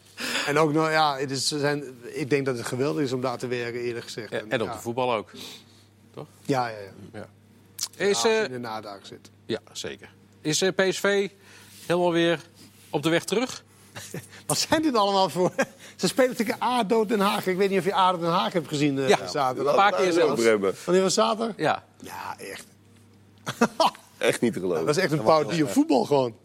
En ook, nou ja, het is, ze zijn, ik denk dat het geweldig is om daar te werken, eerlijk gezegd. Ja, en op ja. de voetbal ook. Ja, ja, ja. Ja. Ja, Is, als je eh, in de nadagen zit. ja, zeker. Is eh, P S V helemaal weer op de weg terug? Wat zijn dit allemaal voor... Ze spelen tegen A D O Den Haag. Ik weet niet of je A D O Den Haag hebt gezien uh, Ja. zaterdag. Een paar keer Laten we het zelfs. over hebben. Wanneer was zaterdag? Ja. Ja, echt. Echt niet te geloven. Dat is echt een parodie op voetbal gewoon.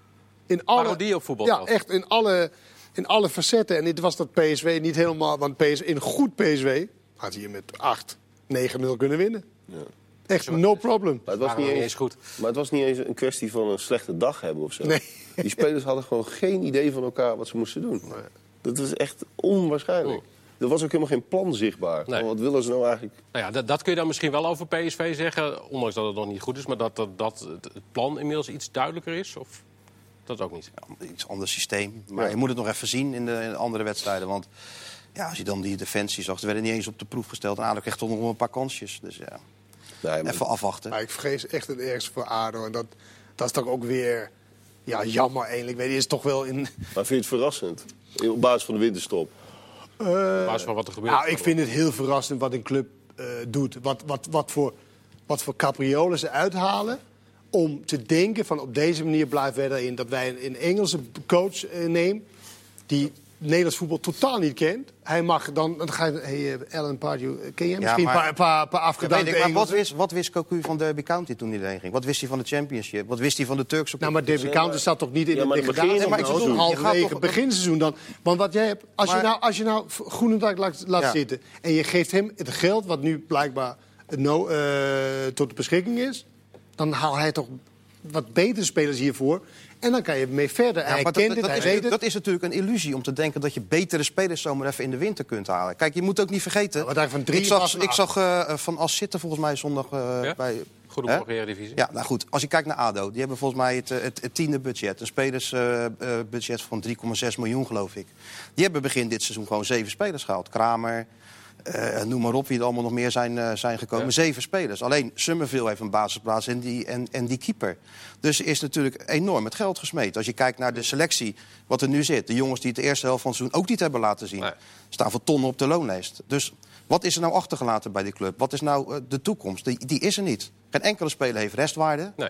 In alle, Parodie op voetbal Ja, zelfs. echt in alle, in alle facetten. En dit was dat P S V niet helemaal... Want P S V, in goed P S V had hier met acht negen nul kunnen winnen. Ja. Echt no problem. Maar het, was Waren niet niet eens, eens goed. maar het was niet eens een kwestie van een slechte dag hebben of zo. Nee. Die spelers hadden gewoon geen idee van elkaar wat ze moesten doen. Dat was echt onwaarschijnlijk. Oh. Er was ook helemaal geen plan zichtbaar. Nee. Van wat willen ze nou eigenlijk? Nou ja, dat, dat kun je dan misschien wel over P S V zeggen. Ondanks dat het nog niet goed is. Maar dat, dat, dat het plan inmiddels iets duidelijker is? Of dat ook niet? Iets ander systeem. Maar Ja. je moet het nog even zien in de, in de andere wedstrijden. Want ja, als je dan die defensie zag, ze werden niet eens op de proef gesteld. En Ajax kreeg toch nog wel een paar kansjes. Dus ja, Nee, maar even afwachten. Maar ik vrees echt het ergste voor A D O. En dat, dat is toch ook weer... Ja, jammer eigenlijk. Weet je, is toch wel in... maar vind je het verrassend? Op basis van de winterstop. Op basis van wat er gebeurt. Nou, ik vind het heel verrassend wat een club eh, doet. Wat, wat, wat, voor, wat voor capriolen ze uithalen om te denken van op deze manier blijven wij erin. Dat wij een, een Engelse coach eh, nemen die Nederlands voetbal totaal niet kent. Hij mag dan... dan ga je, hey, uh, Alan Pardew, ken je hem? Misschien maar- een paar, paar, paar Ja, afgedankte weet ik, maar wat Engelsen. wist, wat wist Cocu van Derby County toen hij erheen ging? Wat wist hij van de Championship? Wat wist hij van de Turkse Nou, maar Derby Nee, County maar- staat toch niet in Ja, het maar het begin- degradatie? Nee, maar ik bedoel, je gaat halverwege toch- beginseizoen dan. Want wat jij hebt, als je Maar- nou, als je nou Groenendag laat, laat Ja. zitten en je geeft hem het geld wat nu blijkbaar no, eh, tot de beschikking is, dan haal hij toch wat betere spelers hiervoor. En dan kan je mee verder. En Ja, hij maar kent dat, het, dat, hij is, weet het. dat is natuurlijk een illusie om te denken dat je betere spelers zomaar even in de winter kunt halen. Kijk, je moet ook niet vergeten. Ja, wat hij van drie ik zag, was en ik acht. zag uh, Van As zitten volgens mij zondag uh, Ja? bij. Goede Hè? divisie. Ja, nou goed. Als je kijkt naar A D O, die hebben volgens mij het, het, het tiende budget. Een spelersbudget uh, van drie komma zes miljoen, geloof ik. Die hebben begin dit seizoen gewoon zeven spelers gehaald. Kramer, uh, noem maar op wie er allemaal nog meer zijn, uh, zijn gekomen. Ja. Zeven spelers. Alleen Summerville heeft een basisplaats en die, en, en die keeper. Dus er is natuurlijk enorm het geld gesmeed. Als je kijkt naar de selectie, wat er nu zit. De jongens die het de eerste helft van het seizoen ook niet hebben laten zien. Nee. Staan voor tonnen op de loonlijst. Dus wat is er nou achtergelaten bij die club? Wat is nou uh, de toekomst? Die, die is er niet. Geen enkele speler heeft restwaarde. Nee.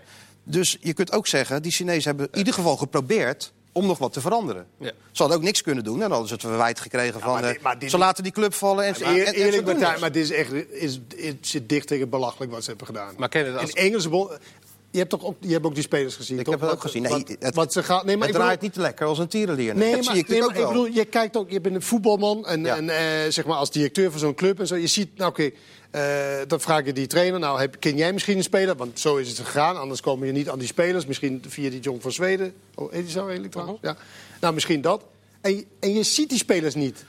Dus je kunt ook zeggen, die Chinezen hebben in ieder geval geprobeerd om nog wat te veranderen. Ja. Ze hadden ook niks kunnen doen en dan hadden ze het verwijt gekregen ja, van... Maar dit, maar dit, ze laten die club vallen en... Ja, maar eer, en, en eerlijk, Martijn, maar dit is echt is, het zit dicht tegen belachelijk wat ze hebben gedaan. Maar ken je dat als... In Engelse bol... Je hebt, toch ook, je hebt ook die spelers gezien, ik toch? heb het ook gezien. Nee, wat, het, wat ze gaan, nee, maar het draait bedoel, niet lekker als een tierenlier. Nee, dat maar, zie ik, nee, maar ook wel. ik bedoel, je kijkt ook, je bent een voetbalman en, ja. en uh, zeg maar als directeur van zo'n club en zo. Je ziet, nou oké, okay, uh, dan vraag je die trainer, nou heb, ken jij misschien een speler? Want zo is het gegaan, anders komen je niet aan die spelers. Misschien via die Jong van Zweden. Oh, heet die zo eigenlijk trouwens? Ja. Nou, misschien dat. En je, en je ziet die spelers niet.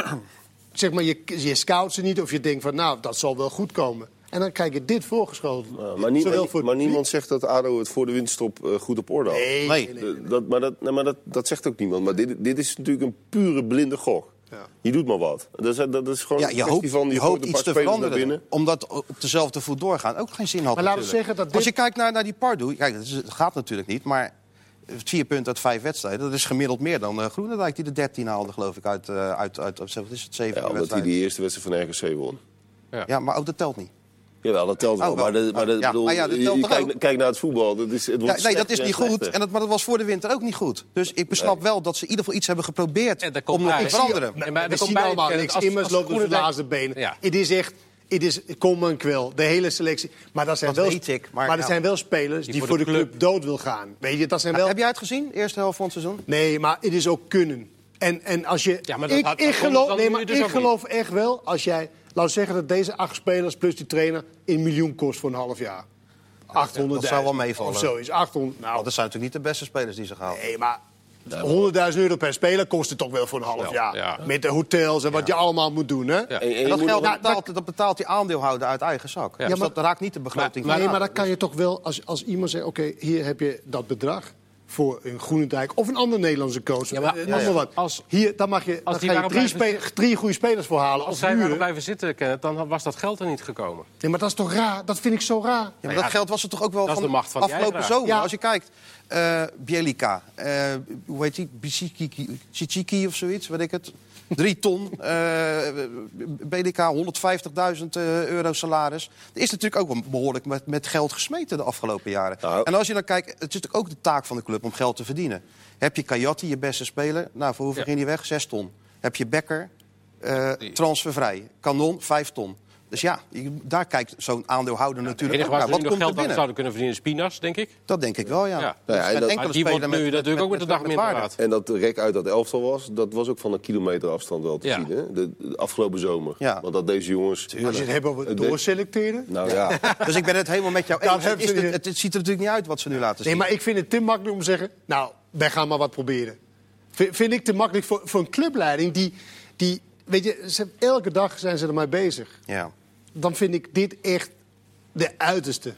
Zeg maar, je, je scout ze niet of je denkt van, nou, dat zal wel goed komen. En dan krijg je dit voorgeschoten. Ja, maar, niet, maar, voor maar niemand zegt dat A D O het voor de winterstop uh, goed op orde had. Nee, nee, nee, nee, nee. Dat, maar dat, nee, maar dat, dat zegt ook niemand. Maar dit, dit is natuurlijk een pure blinde gok. Ja. Je doet maar wat. Dat is, dat is gewoon ja, een je kwestie hoopt, van... Je, je hoopt iets te veranderen. Omdat op dezelfde voet doorgaan ook geen zin had. Maar laten we zeggen dat dit... Als je kijkt naar, naar die Pardoe... Kijk, dat, is, dat gaat natuurlijk niet, maar... Vier punten uit vijf wedstrijden. Dat is gemiddeld meer dan uh, Groenendijk die de dertien haalde, geloof ik, uit, uh, uit, uit wat is het, zeven ja, omdat hij die eerste wedstrijd van R K C won. Ja, ja maar ook dat telt niet. Jawel, dat telt wel. Oh, wel. Maar, de, maar, de, ja, bedoel, maar ja, dat telt je kijk, kijk naar het voetbal. Dat is, het wordt ja, nee, dat is niet goed. En dat, maar dat was voor de winter ook niet goed. Dus ik besnap nee. wel dat ze in ieder geval iets hebben geprobeerd ja, om nog te veranderen. Nee, maar we zien bij, allemaal niks. Immers loopt op de laatste benen. Ja. Het is echt... Het is Coleman kwel, de hele selectie. Maar dat zijn, dat wel, ik, maar, maar er zijn wel spelers die, die voor de club, club dood wil gaan. Weet je, dat zijn wel... Heb jij het gezien, de eerste helft van het seizoen? Nee, maar het is ook kunnen. En, en als je... Ja, maar dat ik had, ik geloof, nee, maar dus ik geloof echt wel, als jij... Laten we zeggen dat deze acht spelers plus die trainer een miljoen kost voor een half jaar. achthonderd. Dat zou wel meevallen. Of zoiets. achthonderd. Nou, oh, dat zijn natuurlijk niet de beste spelers die ze gaan. Nee, maar... honderdduizend euro per speler kost het toch wel voor een half ja, jaar. Ja. Met de hotels en wat ja. je allemaal moet doen. Hè? Ja. En, en, en dat geld dat betaalt, dat betaalt die aandeelhouder uit eigen zak. Ja. Dus ja, maar, dat raakt niet de begroting. Maar, maar, nee, maar dan kan je toch wel, als, als iemand zegt... oké, okay, hier heb je dat bedrag voor een Groenendijk of een andere Nederlandse coach. Ja, maar, ja, ja. Wat. Als, hier, dan mag je, dan ga je drie, spe, drie goede spelers voor halen. Als zij waren blijven zitten, Kenneth, dan was dat geld er niet gekomen. Nee, maar dat is toch raar? Dat vind ik zo raar. Ja, maar dat geld was er toch ook wel van, van afgelopen zomer. Ja. Als je kijkt... Uh, Bielica, uh, hoe heet die? Bichiki of zoiets, weet ik het. Drie ton. Uh, Bielica, honderdvijftigduizend uh, euro salaris. Er is natuurlijk ook wel behoorlijk met, met geld gesmeten de afgelopen jaren. Nou. En als je dan kijkt, het is natuurlijk ook de taak van de club om geld te verdienen. Heb je Kayati, je beste speler, nou voor hoeveel ja. ging die weg? Zes ton. Heb je Becker, uh, transfervrij. Kanon, vijf ton. Dus ja, daar kijkt zo'n aandeelhouder ja, natuurlijk ook naar. Wat nog geld dat zouden kunnen verdienen, Spinas, denk ik. Dat denk ik wel, ja. ja. Dus ja en dat, maar die wordt nu met, natuurlijk ook met de dag minder waard. En dat de rek uit dat elftal was, dat was ook van een kilometer afstand wel te ja. zien. Hè? De, de afgelopen zomer. Ja. Want dat deze jongens... Tuurlijk. Als je het hebt over doorselecteren. Nou ja. Dus ik ben het helemaal met jou eens. Het, het, het, het ziet er natuurlijk niet uit wat ze nu laten zien. Nee, maar ik vind het te makkelijk om te zeggen... nou, wij gaan maar wat proberen. V- vind ik te makkelijk voor, voor een clubleiding die... die weet je, ze, elke dag zijn ze ermee bezig. Ja. Dan vind ik dit echt de uiterste.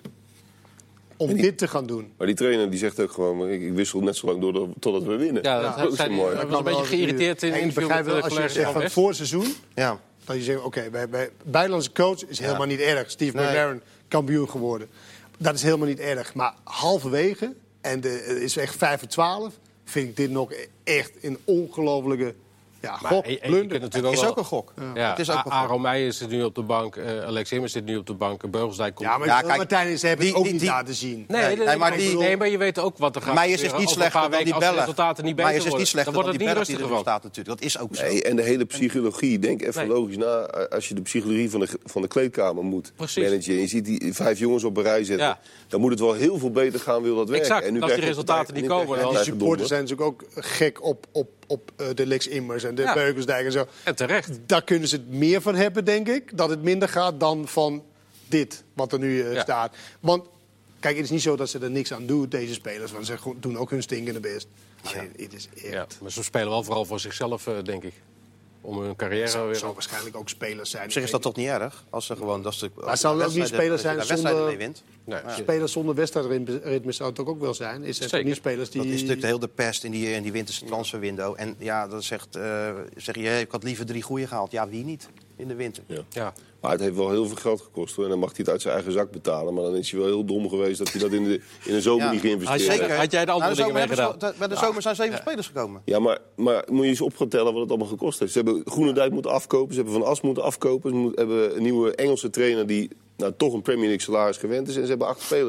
Om die, dit te gaan doen. Maar die trainer die zegt ook gewoon... ik, ik wissel net zo lang door de, totdat we winnen. Ja, dat, dat is zo mooi. Ik was een beetje geïrriteerd in ik begrijp wel, als je zegt van voor het seizoen... Ja. dat je zegt, oké, okay, bij, bij buitenlandse coach is helemaal ja. niet erg. Steve nee. McLaren, kampioen geworden. Dat is helemaal niet erg. Maar halverwege, en de, het is echt vijf voor twaalf... vind ik dit nog echt een ongelofelijke... Ja, maar gok, je, je blunder. het is ook een gok. Ja. Ja. Het is ook een Aaron Meijer zit nu op de bank, uh, Alex Immers zit nu op de bank, Beugelsdijk komt... Ja, maar ja, kijk, Martijn, ze hebben die, het ook die, niet die, laten zien. Nee, nee, nee, nee, maar, die, nee, maar je weet ook wat er gaat. Meijers is niet slechter dan die bellen. Resultaten niet beter is niet slechter dan, dan die bellen die er staat natuurlijk. Dat is ook zo. Nee, en de hele psychologie, denk even nee. logisch na. Als je de psychologie van de, van de kleedkamer moet Precies. managen... en je ziet die vijf jongens op een rij zetten... Ja. dan moet het wel heel veel beter gaan, wil dat werken. Exact, en nu als die resultaten niet komen... En die supporters zijn natuurlijk ook gek op... op de Lex Immers en de ja. Beugelsdijk en zo. En terecht. Daar kunnen ze het meer van hebben, denk ik. Dat het minder gaat dan van dit, wat er nu uh, ja. staat. Want, kijk, het is niet zo dat ze er niks aan doen, deze spelers. Want ze doen ook hun stinkende best. Ja. Het is echt... ja, maar ze spelen wel vooral voor zichzelf, uh, denk ik. Om hun carrière zou, weer... zou waarschijnlijk ook spelers zijn. Op zich is dat toch niet erg? Als ze gewoon... Dat ze, maar het zou ook niet spelers zijn zonder... wint. Nee. Ja. Spelers zonder wedstrijdritme zou het ook wel zijn. Is het niet spelers die... Dat is natuurlijk de hele pest in die, in die winterse transferwindow. En ja, dan zegt, uh, zeg je, ik had liever drie goeie gehaald. Ja, wie niet in de winter? Ja. Ja. Maar het heeft wel heel veel geld gekost, hoor. En dan mag hij het uit zijn eigen zak betalen. Maar dan is hij wel heel dom geweest dat hij dat in de, in de zomer ja. niet geïnvesteerd heeft. Had jij de andere nou, de dingen mee gedaan? Bij de zomer zijn zeven ja. spelers gekomen. Ja, maar, maar moet je eens op gaan tellen wat het allemaal gekost heeft. Ze hebben Groenendijk moeten afkopen. Ze hebben Van As moeten afkopen. Ze moeten, hebben een nieuwe Engelse trainer die nou, toch een Premier League salaris gewend is. En ze hebben acht spelers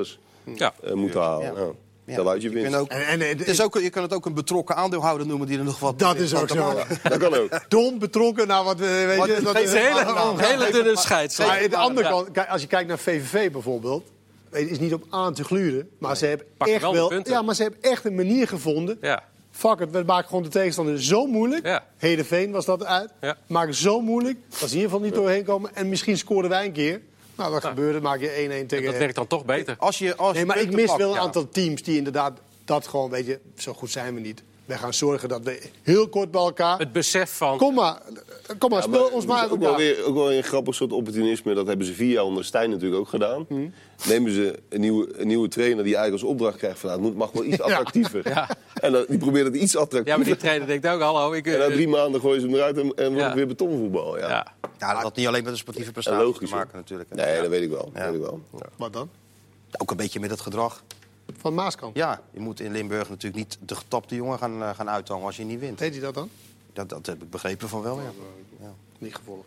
ja. uh, moeten halen. Ja. Ja. Ja. Dat uit je winst. Ook, en, en, en, het is ook, je kan het ook een betrokken aandeelhouder noemen die er nog wat... Dat is ook zo. Dat kan ook. Dom, betrokken, nou wat... Weet wat, je, dat is een hele, nou, hele dunne scheids. Maar aan de andere kant, kijk, als je kijkt naar V V V bijvoorbeeld... Het is niet op aan te gluren, maar nee. ze hebben Pak echt wel... wel ja, maar ze hebben echt een manier gevonden... Ja. Fuck it, we maken gewoon de tegenstander zo moeilijk. Ja. Heerenveen was dat uit. Ja. Maken zo moeilijk, dat ze in ieder geval niet ja. doorheen komen. En misschien scoren wij een keer. Nou, wat ja. gebeurde, maak je één-één tegen... En dat werkt dan toch beter. Als je, als nee, maar ik mis wel een aantal ja. teams die inderdaad dat gewoon, weet je, zo goed zijn we niet. Wij gaan zorgen dat we heel kort bij elkaar... Het besef van... Kom maar, kom maar, ja, speel maar, ons maar uit ook wel, weer, ook wel een grappig soort opportunisme. Dat hebben ze vier jaar onder Stijn natuurlijk ook gedaan. Hmm. Nemen ze een nieuwe, een nieuwe trainer die eigenlijk als opdracht krijgt van... Nou, het mag wel iets attractiever. Ja. En dan, die probeert het iets attractiever. Ja, maar die trainer denkt ook, hallo... Ik, en na drie maanden gooien ze hem eruit en, en wordt ja. het weer betonvoetbal. Ja, ja. ja dat had niet alleen met een sportieve prestatie logisch, te maken natuurlijk. Nee, ja. dat weet ik wel. Ja. Weet ik wel. Ja. Wat dan? Ook een beetje met het gedrag. Van Maaskamp? Ja, je moet in Limburg natuurlijk niet de getapte jongen gaan, uh, gaan uithangen als je niet wint. Deed hij dat dan? Dat, dat heb ik begrepen van wel, ja. ja. Niet gevolgd.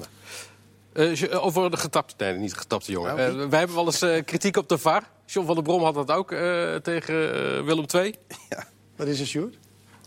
Nee. Uh, over de getapte... Nee, niet de getapte jongen. Uh, wij hebben wel eens uh, kritiek op de V A R. John van der Brom had dat ook uh, tegen uh, Willem twee. Ja. Wat is er, Sjoerd?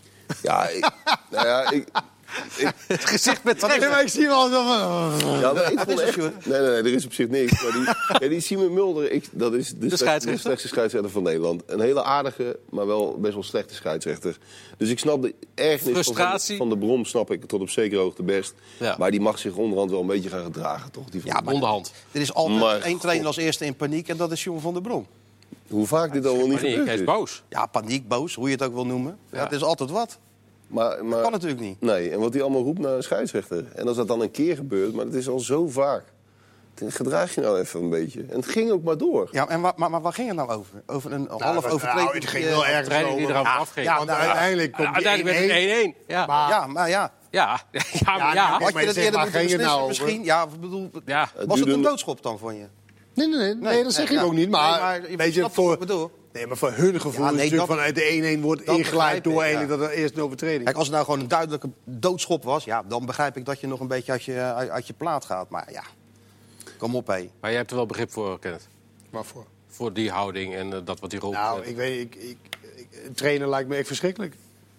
Ja, ik, nou ja, ik... Ik, het gezicht met trekken. Ja, ik zie wel zo van... Ja, maar ik vond echt... Nee, nee, nee, er is op zich niks. Maar die, ja, die Simon Mulder, ik, dat is de, de, slecht, de slechtste scheidsrechter van Nederland. Een hele aardige, maar wel best wel slechte scheidsrechter. Dus ik snap de ergernis van, van de Brom, snap ik tot op zekere hoogte best. Ja. Maar die mag zich onderhand wel een beetje gaan gedragen, toch? Die ja, onderhand. Er is altijd maar, één trainer als eerste in paniek en dat is John van der Brom. Hoe vaak dit al wel niet gebeurt. Hij is boos. Ja, paniek, boos, hoe je het ook wil noemen. Ja. Ja, het is altijd wat. Maar, maar, dat kan natuurlijk niet. Nee, en wat hij allemaal roept naar een scheidsrechter. En als dat dan een keer gebeurt, maar dat is al zo vaak. Gedraag je nou even een beetje. En het ging ook maar door. Ja, en waar, maar, maar waar ging het nou over? Over een nou, half overtreding? Nou, het ging wel uh, ergens over. Die eraf ja, afging. Ja, want uiteindelijk komt uiteindelijk werd het één-één. Ja. Maar, ja, maar ja. Ja, ja, ja, ja, ja. Had je dat eerder moeten beslissen nou misschien? Ja, bedoel, ja. Was het een doodschop dan, vond je? Nee, nee, nee, nee, nee dat zeg nee, ik ja. ook niet. Maar, nee, maar weet je, voor... bedoel. Nee, maar voor hun gevoel ja, nee, is natuurlijk vanuit de één-één wordt ingeleid door eigenlijk ja. dat er eerst een overtreding. Kijk, als het nou gewoon een duidelijke doodschop was, ja, dan begrijp ik dat je nog een beetje uit je, uit, uit je plaat gaat. Maar ja, kom op, hé. Maar jij hebt er wel begrip voor, Kenneth? Waarvoor? Voor die houding en uh, dat wat die roept. Nou, ik weet ik, ik, ik, een trainer lijkt me echt verschrikkelijk.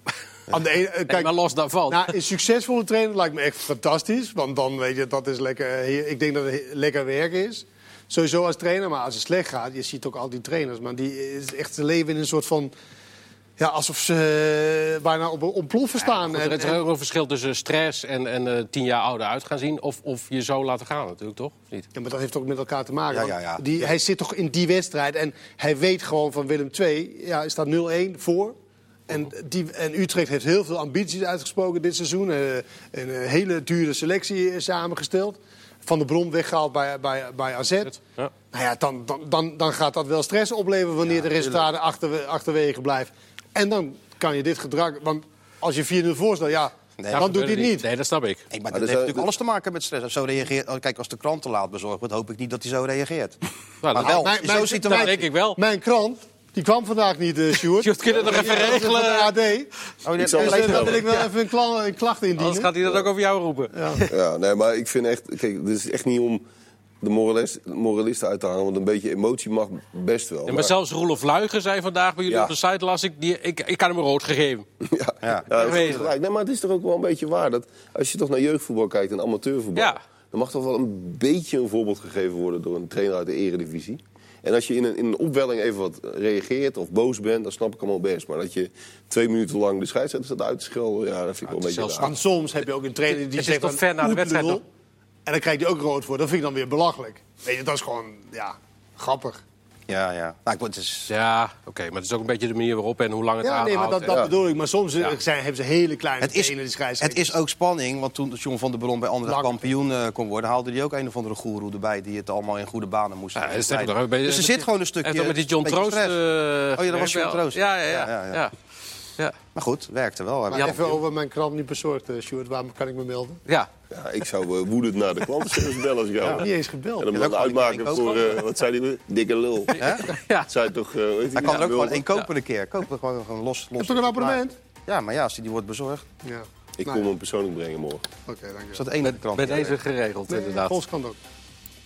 Aan de ene, uh, kijk, nee, maar los daarvan. Nou, een succesvolle trainer lijkt me echt fantastisch. Want dan weet je, dat is lekker. Ik denk dat het lekker werk is. Sowieso als trainer, maar als het slecht gaat, je ziet ook al die trainers, maar die is echt ze leven in een soort van, ja, alsof ze uh, bijna op een ontploffen staan. Ja, goed, er is ook een verschil tussen stress en, en uh, tien jaar ouder uit gaan zien, of, of je zo laten gaan natuurlijk, toch? Of niet? Ja, maar dat heeft ook met elkaar te maken. Ja, ja, ja. Die, hij zit toch in die wedstrijd en hij weet gewoon van Willem twee, ja, is dat nul-één voor. En, die, en Utrecht heeft heel veel ambities uitgesproken dit seizoen. Uh, een uh, hele dure selectie uh, samengesteld. Van de Brom weggehaald bij, bij, bij A Z. Ja. Nou ja, dan, dan, dan, dan gaat dat wel stress opleveren wanneer ja, de resultaten achter, achterwege blijven. En dan kan je dit gedrag... Want als je vier nul voorstelt, ja, nee, dan doet hij het niet. Nee, dat snap ik. Nee, maar, maar dat heeft natuurlijk dat... alles te maken met stress. Zo reageert, kijk, als de krant te laat bezorgd wordt, hoop ik niet dat hij zo reageert. Nou, maar wel, mijn, zo mijn, ziet mijn, het mijn, denk ik wel. Mijn krant... Die kwam vandaag niet, uh, Sjoerd. Sjoerd, kun je dat nog even regelen? De A D. Oh, dus, uh, dan wil ik wel ja. even een, kla een klacht indienen. Anders gaat hij dat ook over jou roepen. Ja, ja nee, maar ik vind echt... Kijk, dit is echt niet om de moralist, moralisten uit te hangen. Want een beetje emotie mag best wel. Ja, maar, maar zelfs Roelof Luigen zei vandaag bij jullie ja. op de site, las ik, die, ik... Ik kan hem een rood gegeven. Ja, ja. ja dat is gelijk. Nee, maar het is toch ook wel een beetje waar. Dat als je toch naar jeugdvoetbal kijkt en amateurvoetbal... Ja. dan mag toch wel een beetje een voorbeeld gegeven worden door een trainer uit de eredivisie. En als je in een, in een opwelling even wat reageert of boos bent, dan snap ik hem al best. Maar dat je twee minuten lang de scheidsrechter staat uit te schelden, ja, dat vind ik wel een beetje raar. En soms heb je ook een trainer die zegt toch ver na de wedstrijd nog. En dan krijgt hij ook rood voor. Dat vind ik dan weer belachelijk. Weet je, dat is gewoon, ja, grappig. Ja, ja. Nou, het is... Ja, oké, okay, maar het is ook een beetje de manier waarop en hoe lang het ja, aanhoudt. Nee, maar dat, dat ja. bedoel ik. Maar soms ja. zijn, hebben ze hele kleine het is, trainen die scheidsrechters. Het is ook spanning, want toen John van der Brom bij Anderlecht kampioen uh, kon worden, haalde hij ook een of andere goeroe erbij die het allemaal in goede banen moest. Ja, is toch, dus er zit gewoon een stukje. En met die John Troost. Uh, oh ja, dat was John Troost. Ja, ja, ja. ja, ja. ja. Ja. Maar goed, werkte wel. Maar even over mijn krant niet bezorgd, uh, Sjoerd. Waar kan ik me melden? Ja. Ja, ik zou uh, woedend naar de klantenservice bellen als ik jou. Ja, niet eens gebeld. En hem dan uitmaken voor, uh, wat zei die, dikke lul. Ja? Ja. Zei toch, uh, weet hij kan er ook gewoon één kopen een keer. Kopen gewoon, gewoon los. los Heb je toch een abonnement? Ja, maar ja, als die, die wordt bezorgd. Ja. Ik nou, kom hem persoonlijk brengen morgen. Oké, okay, dank je. Is dat één met, krant? Met deze geregeld, nee, inderdaad. Volkskrant ook.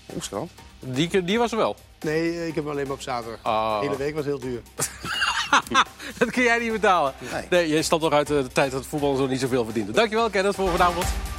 Volkskrant? Die, die was er wel. Nee, ik heb hem alleen maar op zaterdag. Oh. De hele week was heel duur. Dat kun jij niet betalen. Nee. Nee, je stapt nog uit de tijd dat het voetbal zo niet zoveel verdiende. Dankjewel, Kenneth, voor vanavond.